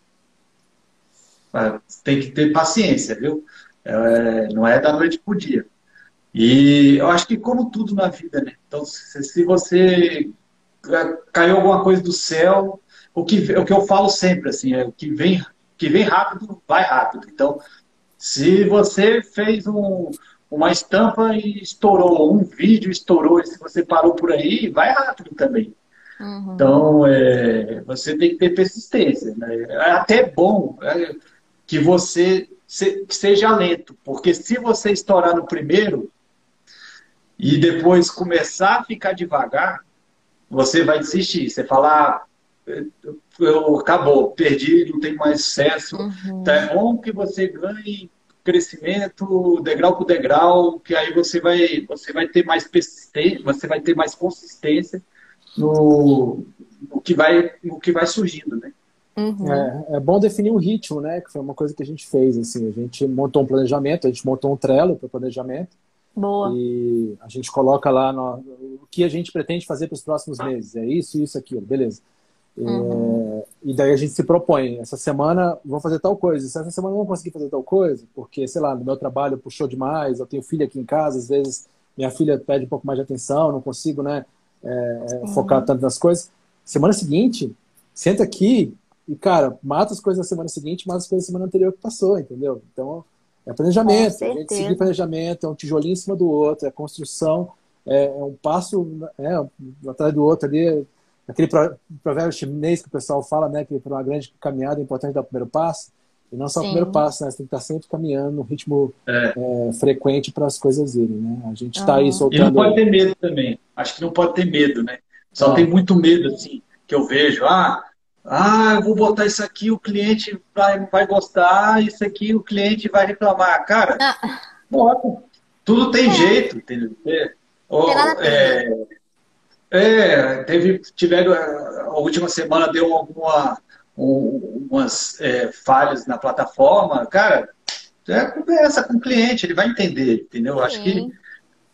Tem que ter paciência, viu? Não é da noite pro dia. E eu acho que como tudo na vida, né? Então, se você caiu alguma coisa do céu, o que eu falo sempre, assim, é que vem rápido, vai rápido. Então, se você fez uma estampa e estourou, um vídeo estourou, e se você parou por aí, vai rápido também. Uhum. Então, você tem que ter persistência, né? É até bom que você que seja lento, porque se você estourar no primeiro e depois começar a ficar devagar, você vai desistir. Você fala, acabou, perdi, não tem mais sucesso. Então Uhum. é bom que você ganhe crescimento degrau por degrau, que aí você vai ter mais persistência, você vai ter mais consistência no que vai surgindo, né? Uhum. É bom definir um ritmo, né? Que foi uma coisa que a gente fez, assim. A gente montou um planejamento, a gente montou um Trello para planejamento Boa. e a gente coloca lá o que a gente pretende fazer para os próximos meses. É isso, aquilo, beleza. Uhum. E daí a gente se propõe, essa semana vou fazer tal coisa, se essa semana eu não conseguir fazer tal coisa, porque, sei lá, no meu trabalho puxou demais, eu tenho filha aqui em casa, às vezes minha filha pede um pouco mais de atenção, não consigo, né, focar Sim. tanto nas coisas. Semana seguinte, senta aqui e, cara, mata as coisas da semana seguinte, mata as coisas da semana anterior que passou, entendeu? Então, é Com planejamento, a gente seguir certeza. planejamento, é um tijolinho em cima do outro, é construção, é um passo atrás do outro ali, aquele provérbio chinês que o pessoal fala, né, que para uma grande caminhada é importante dar o primeiro passo, e não só o primeiro Sim. passo, né, você tem que estar sempre caminhando no ritmo É. frequente para as coisas irem, né? A gente está aí Uhum. E não pode soltando. ter medo também. Acho que não pode ter medo, né? Só tem É, muito medo, assim, que eu vejo. Eu vou botar isso aqui, o cliente vai gostar, isso aqui o cliente vai reclamar. Cara, Ah, bota. Tudo tem é, jeito, entendeu? não tem nada a Ou, perder. tiveram, a última semana deu umas falhas na plataforma. Cara, conversa com o cliente, ele vai entender, entendeu? Acho que Sim.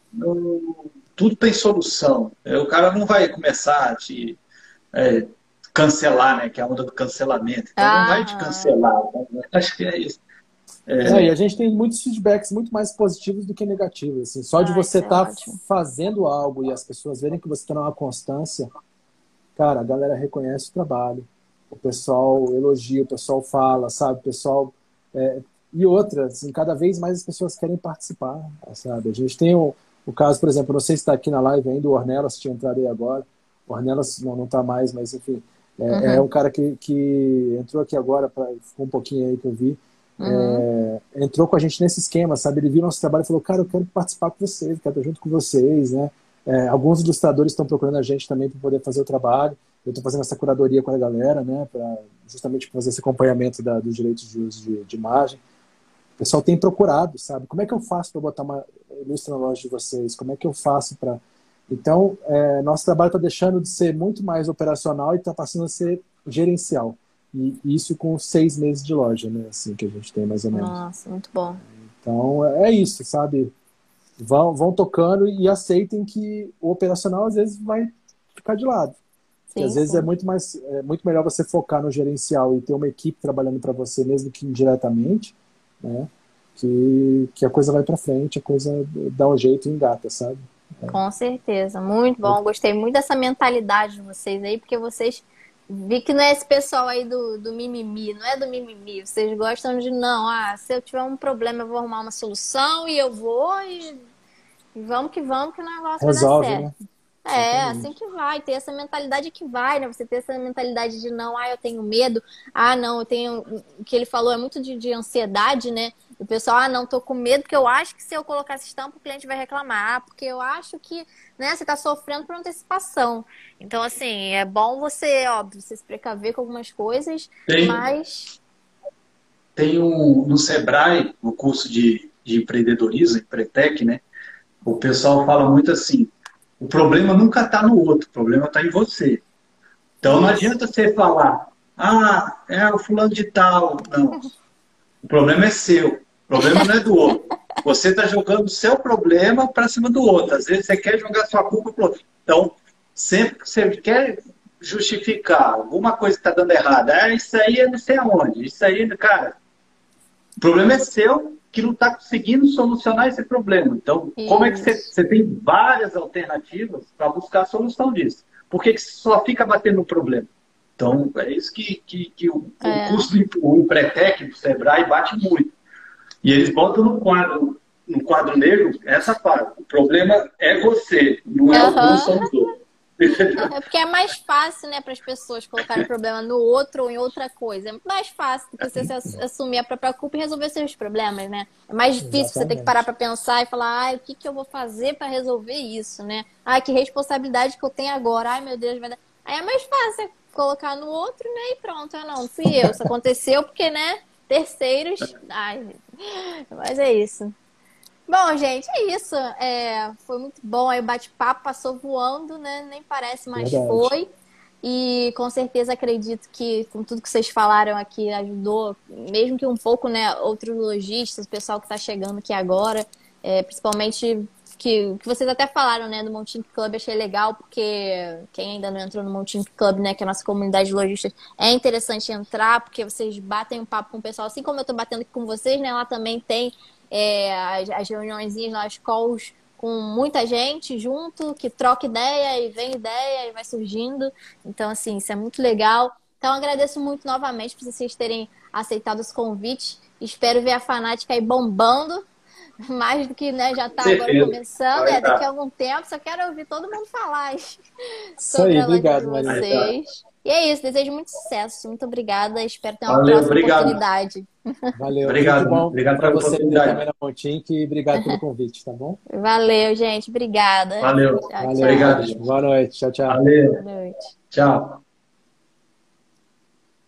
tudo tem solução. O cara não vai começar a te cancelar, né? Que é a onda do cancelamento. Então não vai te cancelar. Né? Acho que é isso. E a gente tem muitos feedbacks muito mais positivos do que negativos. Assim. Só de você estar fazendo algo e as pessoas verem que você está numa constância, cara, a galera reconhece o trabalho. O pessoal elogia, o pessoal fala, sabe? O pessoal... E outras, assim, cada vez mais as pessoas querem participar, sabe? A gente tem o caso, por exemplo, não sei se está aqui na live ainda, o Ornelas tinha entrado aí agora. O Ornelas não está mais, mas enfim... É um cara que entrou aqui agora, ficou um pouquinho aí que eu vi. Entrou com a gente nesse esquema, sabe? Ele viu nosso trabalho e falou, cara, eu quero participar com vocês, quero estar junto com vocês, né? Alguns ilustradores estão procurando a gente também para poder fazer o trabalho. Eu estou fazendo essa curadoria com a galera, né? Para justamente fazer esse acompanhamento dos direitos de uso de imagem. O pessoal tem procurado, sabe? Como é que eu faço para botar uma ilustra na loja de vocês? Como é que eu faço para... Então, nosso trabalho está deixando de ser muito mais operacional e está passando a ser gerencial. E isso com 6 meses de loja, né? Assim que a gente tem, mais ou menos. Nossa, muito bom. Então, é isso, sabe? Vão tocando e aceitem que o operacional, às vezes, vai ficar de lado. Sim, às vezes é muito melhor você focar no gerencial e ter uma equipe trabalhando para você, mesmo que indiretamente, né? Que a coisa vai para frente, a coisa dá um jeito e engata, sabe? Com certeza, muito bom. Gostei muito dessa mentalidade de vocês aí, porque vocês vi que não é esse pessoal aí do mimimi, não é do mimimi. Vocês gostam de, não, se eu tiver um problema eu vou arrumar uma solução e eu vou e vamos que o negócio resolve, vai dar certo. Né? Assim que vai, ter essa mentalidade que vai, né? Você ter essa mentalidade de não, eu tenho medo, não, eu tenho... O que ele falou é muito de ansiedade, né? O pessoal, não, tô com medo, porque eu acho que se eu colocar essa estampa, o cliente vai reclamar, porque eu acho que, né, você tá sofrendo por antecipação. Então, assim, é bom você, óbvio, você se precaver com algumas coisas, mas... Tem no Sebrae, no curso de empreendedorismo, Empretec, né? O pessoal fala muito assim, o problema nunca está no outro, o problema está em você. Então não adianta você falar, é o fulano de tal. Não. O problema é seu, o problema não é do outro. Você está jogando o seu problema para cima do outro. Às vezes você quer jogar sua culpa para o outro. Então, sempre que você quer justificar alguma coisa que está dando errado, isso aí é não sei aonde, isso aí, cara, o problema é seu, que não está conseguindo solucionar esse problema. Então, como é que você tem várias alternativas para buscar a solução disso? Por que você só fica batendo no problema? Então, é isso que o curso do Empretec, do Sebrae, bate muito. E eles botam no quadro negro essa parte. O problema é você, não é não são os outros. É porque é mais fácil, né, para as pessoas colocarem o problema no outro ou em outra coisa. É mais fácil do que você assumir a própria culpa e resolver seus problemas, né? É mais difícil você ter que parar para pensar e falar, o que eu vou fazer para resolver isso, né? Que responsabilidade que eu tenho agora. Meu Deus, vai dar... Aí é mais fácil colocar no outro, né? E pronto, não fui eu. Isso aconteceu porque, né, terceiros... mas é isso. Bom, gente, é isso. Foi muito bom. Aí o bate-papo passou voando, né? Nem parece, mas foi. E com certeza acredito que, com tudo que vocês falaram aqui, ajudou, mesmo que um pouco, né? Outros lojistas, o pessoal que está chegando aqui agora, principalmente que vocês até falaram, né? Do Montink Club, achei legal, porque quem ainda não entrou no Montink Club, né? Que é a nossa comunidade de lojistas, é interessante entrar, porque vocês batem um papo com o pessoal, assim como eu estou batendo aqui com vocês, né? Lá também tem as reuniõezinhas, as calls com muita gente junto, que troca ideia e vem ideia e vai surgindo. Então, assim, isso é muito legal. Então, agradeço muito novamente por vocês terem aceitado os convites. Espero ver a Fanática aí bombando, mais do que, né, já está agora começando. Daqui a algum tempo, só quero ouvir todo mundo falar sobre a live de vocês. E é isso, desejo muito sucesso. Muito obrigada. Espero ter uma próxima oportunidade. Valeu. Obrigado para você também na Montink e obrigado pelo convite, tá bom? Valeu, gente. Obrigada. Valeu. Tchau, Obrigado. Boa noite. Tchau, tchau. Valeu. Boa noite. Tchau.